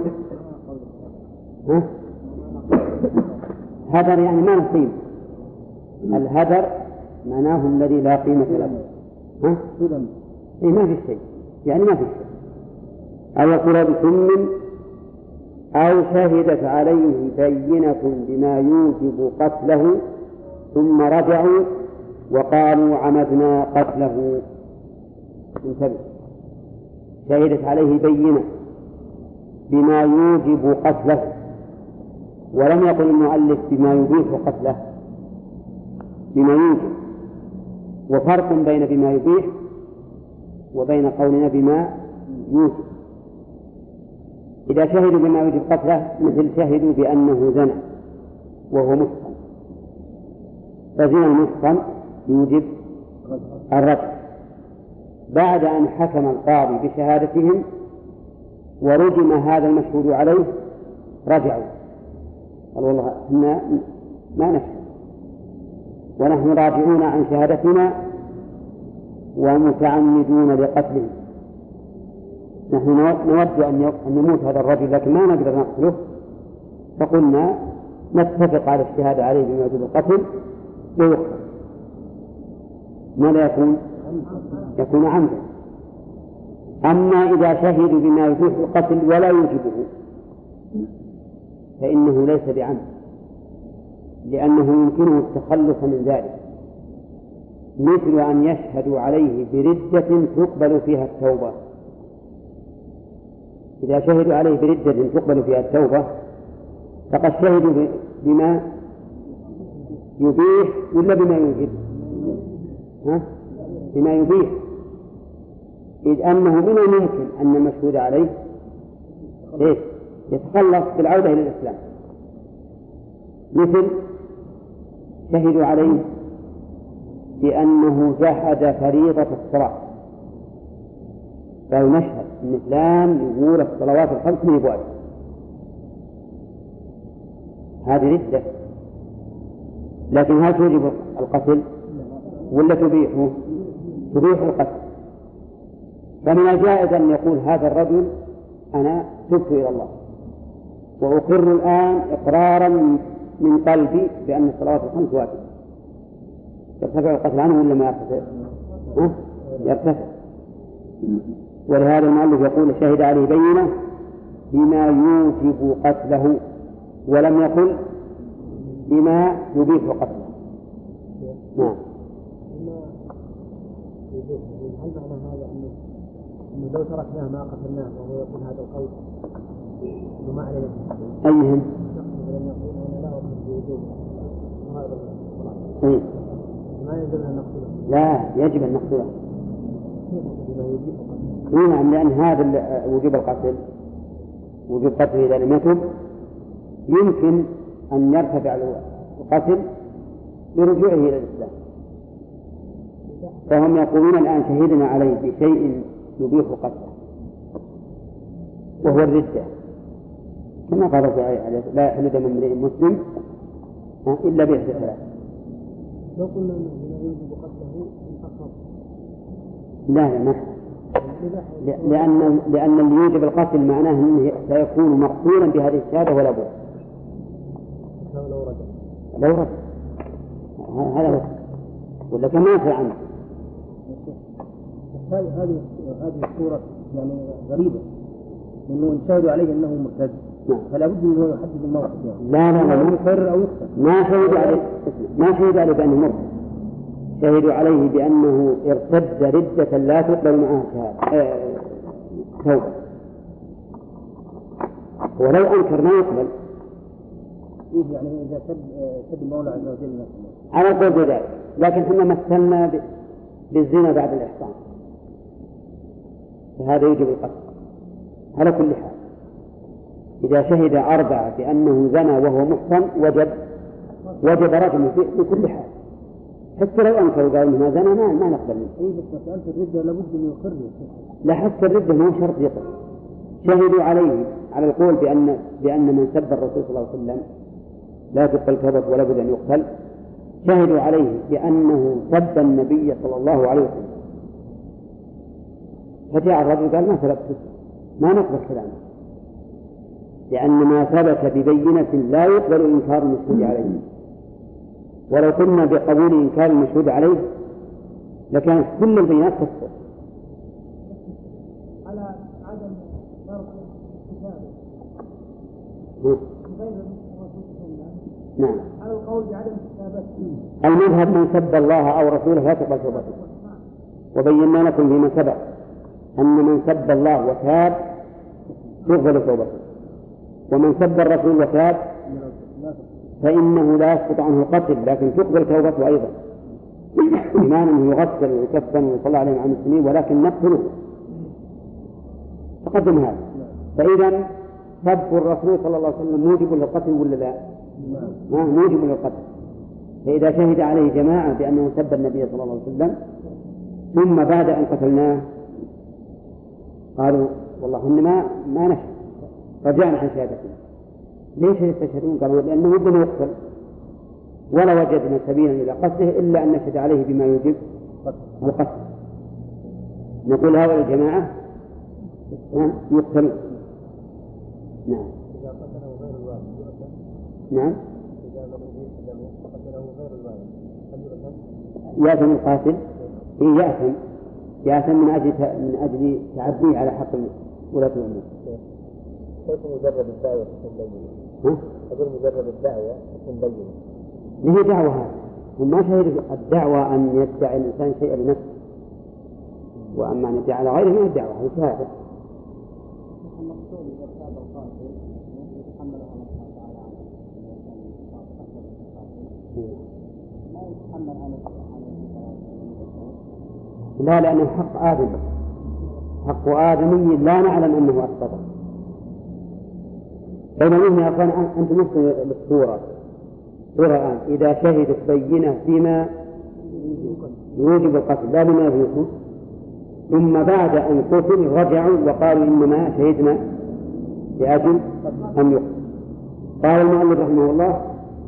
هدر يعني ما نصيب. الهدر معناه الذي لا قيمة له. ما في شيء يعني ما في شيء. أو يقتله بسم أو شهدت عليه بينة بما يوجب قتله ثم رجعوا وقالوا عمدنا قتله. انتبه، شهدت عليه بينة بما يوجب قتله، ولم يقل المؤلف بما يبيح قتله، بما يوجب، وفرق بين بما يبيح وبين قولنا بما يوجب. إذا شهدوا بما يوجب قتله مثل شهدوا بأنه زنى وهو محصن، فزنا المحصن يوجب الرجم. بعد أن حكم القاضي بشهادتهم ورجم هذا المشهود عليه رجعوا قالوا والله إحنا ما نشهد ونحن راجعون عن شهادتنا ومتعمدون لقتله، نحن نود أن يموت هذا الرجل لكن ما نقدر نقتله، فقلنا نتفق على الشهادة عليه بما يوجب القتل ويقتل. ماذا يكون عمدا. أما إذا شهدوا بما يبيح القتل ولا يوجبه فإنه ليس بعمد، لأنه يمكنه التخلص من ذلك، مثل أن يشهدوا عليه بردة تقبل فيها التوبة. إذا شهدوا عليه بردة تقبل فيها التوبة فقد شهدوا بما يبيح ولا بما يوجب؟ بما يبيح، إذ أنه من الممكن أن المشهود عليه يتخلص بالعودة إلى الإسلام، مثل شهدوا عليه بأنه جحد فريضة الصلاة، فهو نشهد أن فلان يقول الصلوات الخمس من يبواب، هذه ردة، لكن هل توجب القتل ولا تبيحه؟ تبيح القتل. فمن الجائز أن يقول هذا الرجل أنا تبت إلى الله وأقر الآن إقرارا من قلبي بأن الصلوات الخمس واجبة، يرتفع القتل عنه ولا ما يرتفع؟ يرتفع. ولهذا المؤلف يقول شهد عليه بينة بما يوجب قتله ولم يقل بما يبيح قتله. نعم. هل معنى هذا أنه لو تركناه ما قتلناه وهو يقول هذا القول أنه ما علينا أيهم؟ لم يقول أنا لا أقول بوجوب هذا الصلاة ما يجب أن نقتله؟ لا يجب أن نقتله. نعم، لأن هذا وجوب القتل وجوب قتله إذا لم يتب يمكن أن يرتفع القتل برجوعه إلى الإسلام. فهم يقولون الآن شهدنا عليه بشيء يبيح قتله وهو الردة، كما قال الله لا يحل دم امرئ مسلم إلا بإحدى ثلاث. لو قلنا أنه يجب قتله أقرب لا لأن اللي يوجب القتل معناه أنه سيكون مقتولا بهذه الشهادة ولا بد. لو رد هذا هو ولا كمان في عنه. هذه الصورة يعني غريبة، لأنه نشهد عليه أنه مرتد، فلا بد أنه يحدد الموقف يعني. لا يقرر أو يقتل. ما شهدوا عليه بأنه مرتد، شهدوا عليه بأنه ارتد ردة لا تقبل معها توبة، ولو أنكر ما يقبل. يعني إذا سد المولى عز وجل على قول ذلك، لكن احنا مثلنا بالزنا بعد الإحصان، فهذا يجب القتل على كل حال. إذا شهد 4 بأنه زنى وهو محصن وجب رجمه في كل حال، حتى لو أنكروا قالوا إنه ما زنى ما نقبل منه. بس مسألة الردة لابد أن يقر. لا، حتى الردة ما هو شرط يقر. شهدوا عليه على القول بأن من سب الرسول صلى الله عليه وسلم لا تقبل توبته ولا بد أن يقتل. شهدوا عليه بأنه سب النبي صلى الله عليه وسلم، فجاء الرجل قال ما سببت، ما نقبل كلامه، لأن ما ثبت ببينة لا يقبل إنكار المشهود عليه. ولو كنا بقبول إنكار المشهود عليه لكانت كل البينات تسقط. على عدم فرض الكتابة نعم. على القول بعدم كتابته المذهب من سب الله أو رسوله لا تقبل توبته، وبينا لكم فيما سبق أن من سب الله وتاب تقبل توبته، ومن سب الرسول وتاب فإنه لا يسقط عنه القتل لكن تقبل توبته أيضا، إيمانا أنه يغسل ويكفن ويصلى عليه مع المسلمين، ولكن نقتله. تقدم هذا. فإذا سب الرسول صلى الله عليه وسلم موجب للقتل ولا لا؟ موجب للقتل. فإذا شهد عليه جماعة بأنه سب النبي صلى الله عليه وسلم ثم بعد أن قتلناه قالوا والله إن ما نشهد، رجعنا عن شهادتنا. ليش يستشهدون؟ قالوا لأنه يبدأ يقتل ولا وجدنا سبيلا إلى قتله إلا أن نشهد عليه بما يوجب القتل. نقول هؤلاء الجماعة يقتلون. نعم. إذا قتله غير الواجب. نعم. إذا قتله غير الواجب يأثم القاتل. يأثم من أجل تعديه على حق ولاة الأمور. كيف مجرد الدعوة تكون بينة؟ أقول مجرد الدعوة تكون بينة. هي دعوة هذه، وما شهد الدعوة أن يدعي الإنسان شيئا لنفسه، وأما أن يدعي على غيره من الدعوة هي شهادة. المقصود إذا ارتاب القاتل يتحمله الله تعالى ما يتحمل عن لا، لأنه حق آدم، حق آدمي لا نعلم أنه أسقطه. بينما يا أخوان أنتم مثل الصورة الآن إذا شهدت بينة بما يوجب القتل لا بما يوجب، ثم بعد أن قتل رجعوا وقالوا إنما شهدنا لأجل أن يقتل. قال المؤلف رحمه الله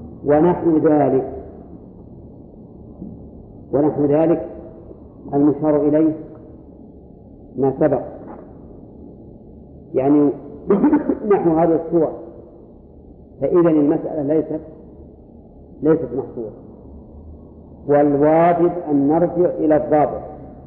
ونحن ذلك المشار إليه ما سبق، يعني نحن هذه الصور. فإذا المسألة ليست محصورة، والواجب أن نرجع إلى الضابط،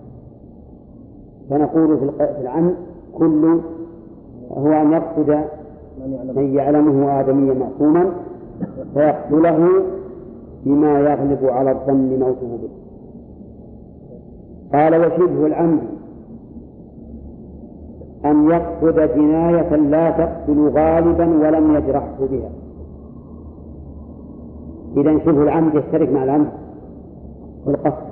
فنقول في العمد كل هو أن يقصد من يعلمه آدميا معصوما فيقتله بما يغلب على الظن موته به. قال وشبه العمد أن يقصد جناية لا تقتل غالبا ولم يجرحه بها. إذن شبه العمد يشترك مع العمد في القصد،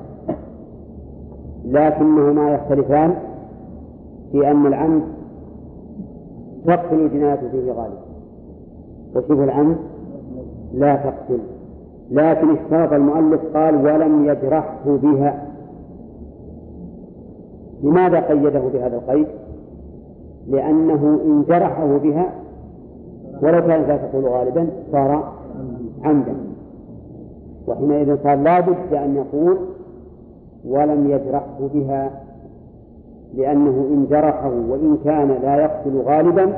لكنهما يختلفان في أن العمد تقتل الجناية فيه غالبا، وشبه العمد لا تقتل. لكن اشترط المؤلف قال ولم يجرحه بها. لماذا قيده بهذا القيد؟ لأنه إن جرحه بها ولو كانت لا تقول غالبا صار عمدا، وحينئذ صار لا بد أن يقول ولم يجرحه بها، لأنه إن جرحه وإن كان لا يقتل غالبا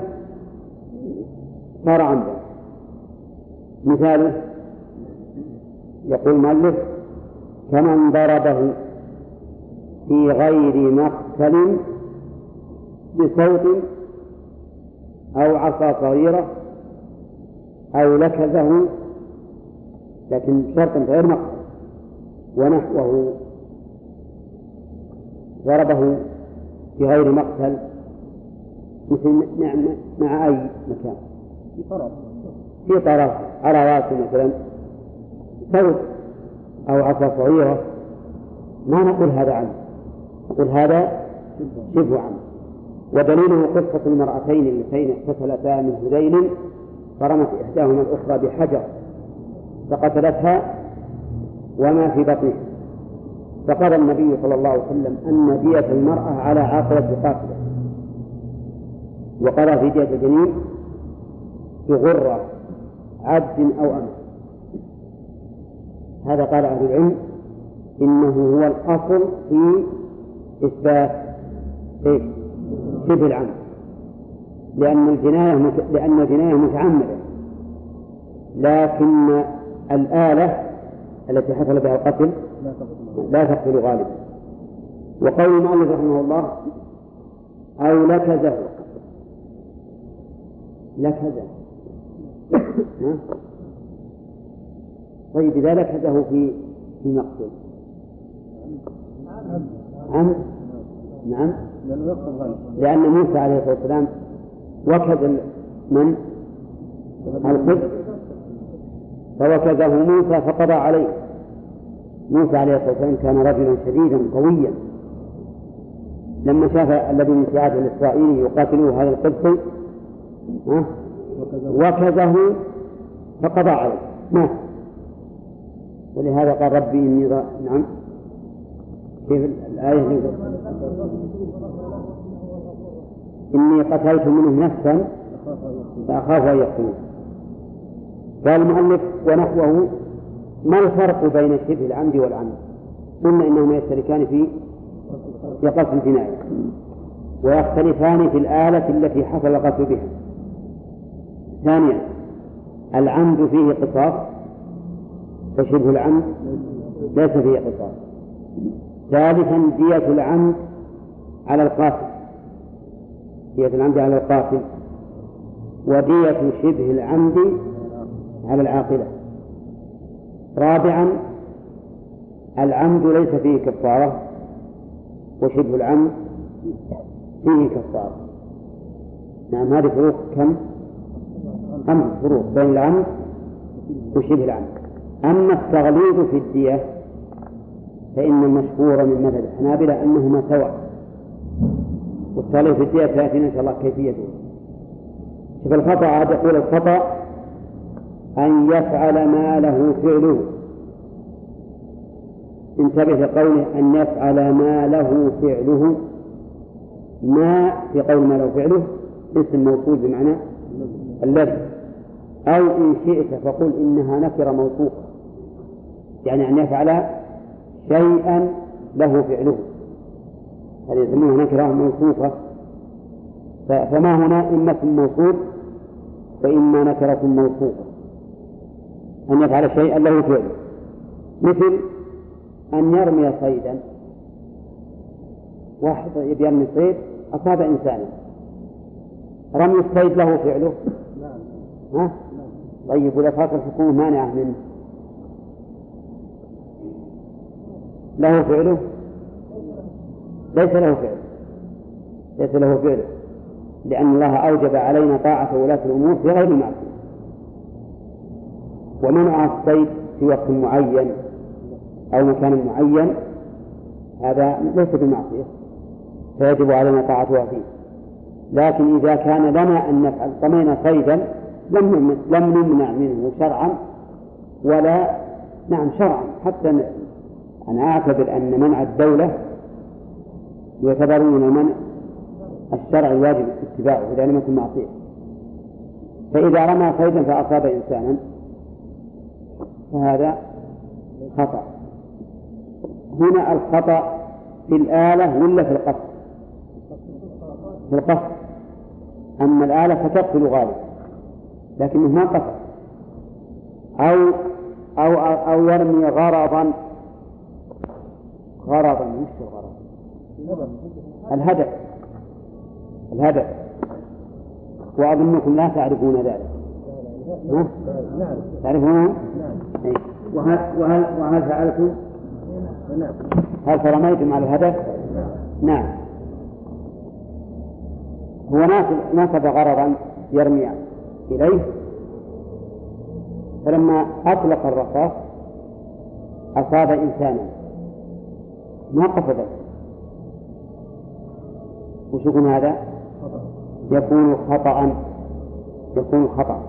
صار عمدا. مثاله يقول المؤلف كمن ضربه في غير مقتل بصوت أو عصا صغيرة أو لكزه لكن بشرط غير مقتل ونحوه. ضربه في غير مقتل مثل مع أي مكان في طرف على رأسه مثلا صوت أو عصا صغيرة ما نقول هذا عنه، نقول هذا شبه عنه. ودليله قصة المرأتين اللتين اقتتلتا من هذيل فرمت إحداهما الأخرى بحجر فقتلتها وما في بطنها، فقال النبي صلى الله عليه وسلم أن دية المرأة على عاقلة القاتلة، وقال في دية الجنين بغرة عبد أو أمة. هذا قال أهل العلم إنه هو الأصل في إثبات شبه العمد، لأن الجناية متعمدة، لكن الآلة التي حصل بها القتل لا تقتل غالبا. وقول المؤلف رحمه الله أو لكزه طيب إذا لكزه في مقتل عمد نعم، لأن موسى عليه الصلاة والسلام وكز من القدس فوكزه موسى فقضى عليه. موسى عليه الصلاة والسلام كان رجلا شديدا قويا، لما شاف الذي من شيعته الإسرائيلي يقاتلوه هذا القدس وكزه فقضى عليه مات. ولهذا قال ربي إني نعم كيف الآية إني قتلت منه نفسا فأخاف أن يقتلوه. قال المؤلف ونحوه ما الفرق بين شبه العمد والعمد؟ قلنا إنهما يشتركان في قتل الجناية ويختلفان في الآلة التي حصل القتل بها. ثانيا العمد فيه قصاص وشبه العمد ليس فيه قصاص. ثالثا دية العمد على القاتل، دية العمد على القاتل، ودية شبه العمد على العاقلة. رابعا العمد ليس فيه كفارة وشبه العمد فيه كفارة. نعم هذه فروق كم؟ 5 فروق بين العمد وشبه العمد. أما التغليظ في الدية فإن المشهور من مذهب الحنابلة أنهما سواء، والتغليظ في الدية تأتينا إن شاء الله كيفيته. شوف الخطأ هذا يقول الخطأ أن يفعل ما له فعله. انتبه لقوله أن يفعل ما له فعله. ما في قول ما له فعله اسم موصول بمعنى الذي، أو إن شئت فقل إنها نكرة موصوفة، يعني أن يفعل شيئا له فعله، هذه يسمونها نكرة موصوفة. فما هنا إما اسم موصول وإما نكرة موصوفة، أن يفعل شيئا له فعله، مثل أن يرمي صيدا. واحد يرمي صيد أصاب إنسانا، رمي الصيد له فعله ها؟ طيب ولا فاق الحكومة مانعة منه له فعله؟ ليس له فعله، ليس له فعله، لأن الله أوجب علينا طاعة ولاة الأمور في غير المعصية. ومنع الصيد في وقت معين أو مكان معين هذا ليس بمعصية فيجب علينا طاعتها فيه. لكن إذا كان لنا أن نفعل رمينا صيدا لم نمنع منه شرعا ولا نعم شرعا، حتى أنا أعتبر أن منع الدولة يعتبر من المنع الشرع الواجب اتباعه إذا لم يكن معصية. فإذا رمى صيدا فأصاب إنسانا فهذا خطأ. هنا الخطأ في الآلة ولا في القصد؟ في القصد. أما الآلة فتقتل غالبا لكنه ما قتل. أو يرمي غرضا مش الغرض، الهدف وأظنكم لا تعرفون ذلك. تعرفونه؟ وهل فعلتم؟ هل فرميتم على الهدف؟ نعم. هو نصب غرضا يرمي إليه، فلما أطلق الرصاص أصاب إنسانا ما قصده. وش يكون هذا؟ يكون خطأ.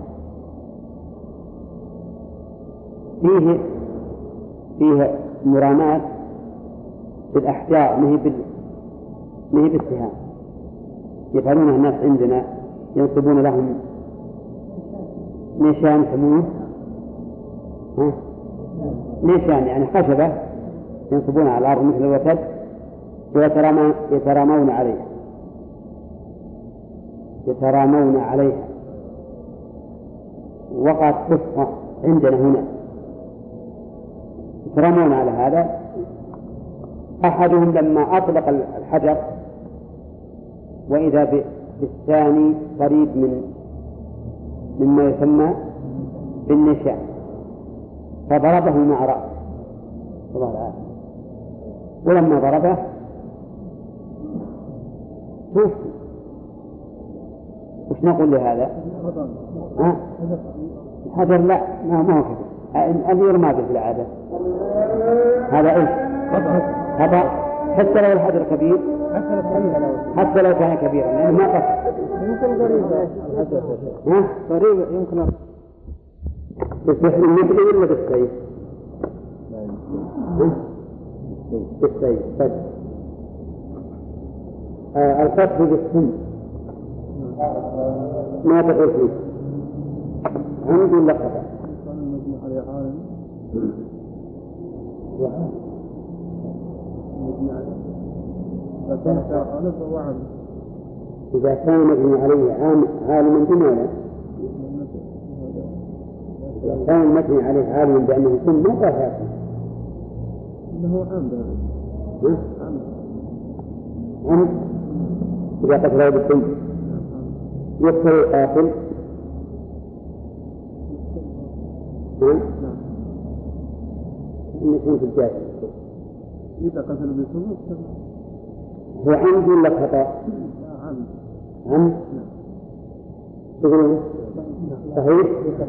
فيه مرامات بالأحجار ما هي بالسهام، يفعلونها الناس عندنا، ينصبون لهم نيشان يسمونه نيشان، يعني خشبة ينصبونها على الأرض مثل الوتد ويترامون عليها. وقعت قصة عندنا هنا يترامون على هذا. أحدهم لما أطلق الحجر وإذا بالثاني قريب مما يسمى بالنشاء فضربه مع رأسه الله العافية. ولما ضربه وش نقول لهذا؟ الحجر لا ما هو كذا، اللي يرمى به بالعادة هذا إيش؟ خطأ حتى لو الحجر كبير، حتى لو كان كبيرا لأنه ما قصد. يمكن قريبة يمكن بالسحر المثلي ولا بالسيف؟ بالسيف. طيب القتل بالسم ما تقول فيه؟ عمد ولا خطأ؟ إذا كان مبني عليه عالما بماذا؟ إذا كان مبني عليه عالما بأنه سم ما قال هذا إنه عمد. إذا قتله بالسم يقتل القاتل يكون في الجاهل. إذا قتل بالسم هو عمد ولا خطأ؟ عمد. تقولون صحيح؟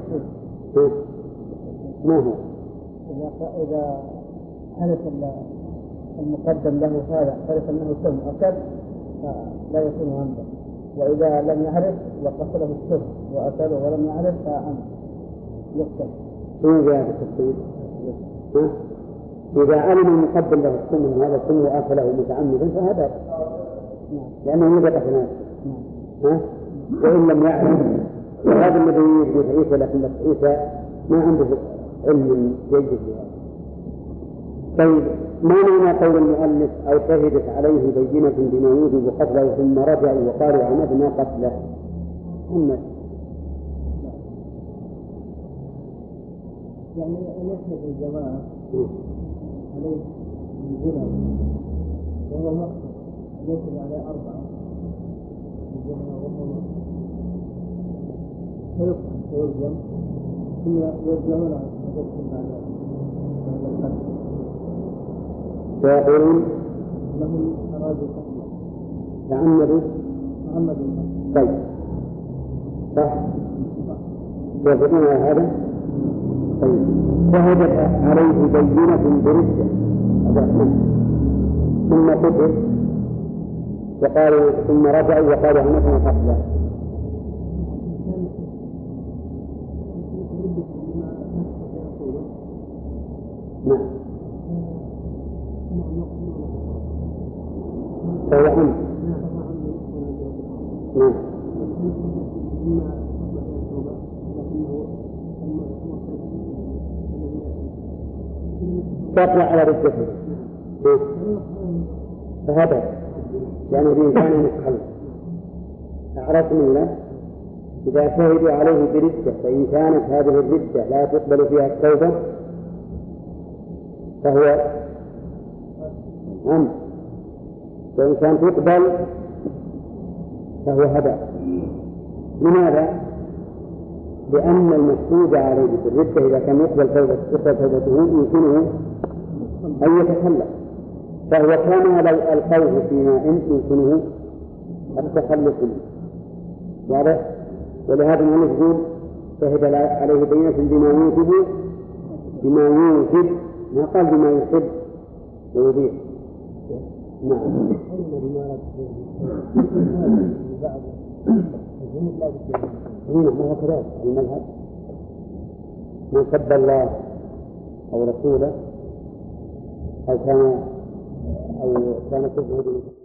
ما هو؟ إذا حدث المقدم له هذا حدث أنه سم أكد فلا يكون عمدا، وإذا لم يعرف وقتله السم وأكله ولم يعرف فعمد يقتل. شو جاء في التفصيل؟ إذا علم المقدم له السم من هذا السم وأكله متعمدا فهذا لأنه يبقى في نفسه. وإن لم يعلم هذا الذي يجب عيسى، لكن عيسى ما عنده علم جيد بهذا. طيب ما معنى قول المؤلف أو شهدت عليه بينة بما يوجب قتله ثم رجعوا وقالوا عمدنا قتله؟ يعني نسبة الجماعة عليه الزنا وهو مقصد يجب عليه 4 الزنا وهو فيرجم ثم يرجعون عن حدثهم بعد القتل ويقولون لهم أرادوا قتله تعمدوا. طيب صح يقولون هذا. طيب شهدت عليه بينة برده ثم قتل وقالوا ثم رجعوا وقالوا عمدنا قتله. نعم فهو عمد. نعم تطلع على رجته فهذا يعني بإمكانه متخلف. أعرفني له إذا شهدوا عليه بردة فإن كانت هذه الردة لا تقبل فيها التوبة فهو عم، وإن كانت تقبل فهو هدى. لماذا؟ لأن المشهود عليه بالردة إذا كان يقبل توبته يمكنه أن يتخلف، فهو كما لو ألقوه في ماء يمكنه التخلص منه. واضح؟ ولهذا نقول شهد عليه بينة بما يوجب ما قال بما يحب ويبيح. نعم. هنا ما هو كذلك المذهب من سب الله أو رسوله أو كان كفره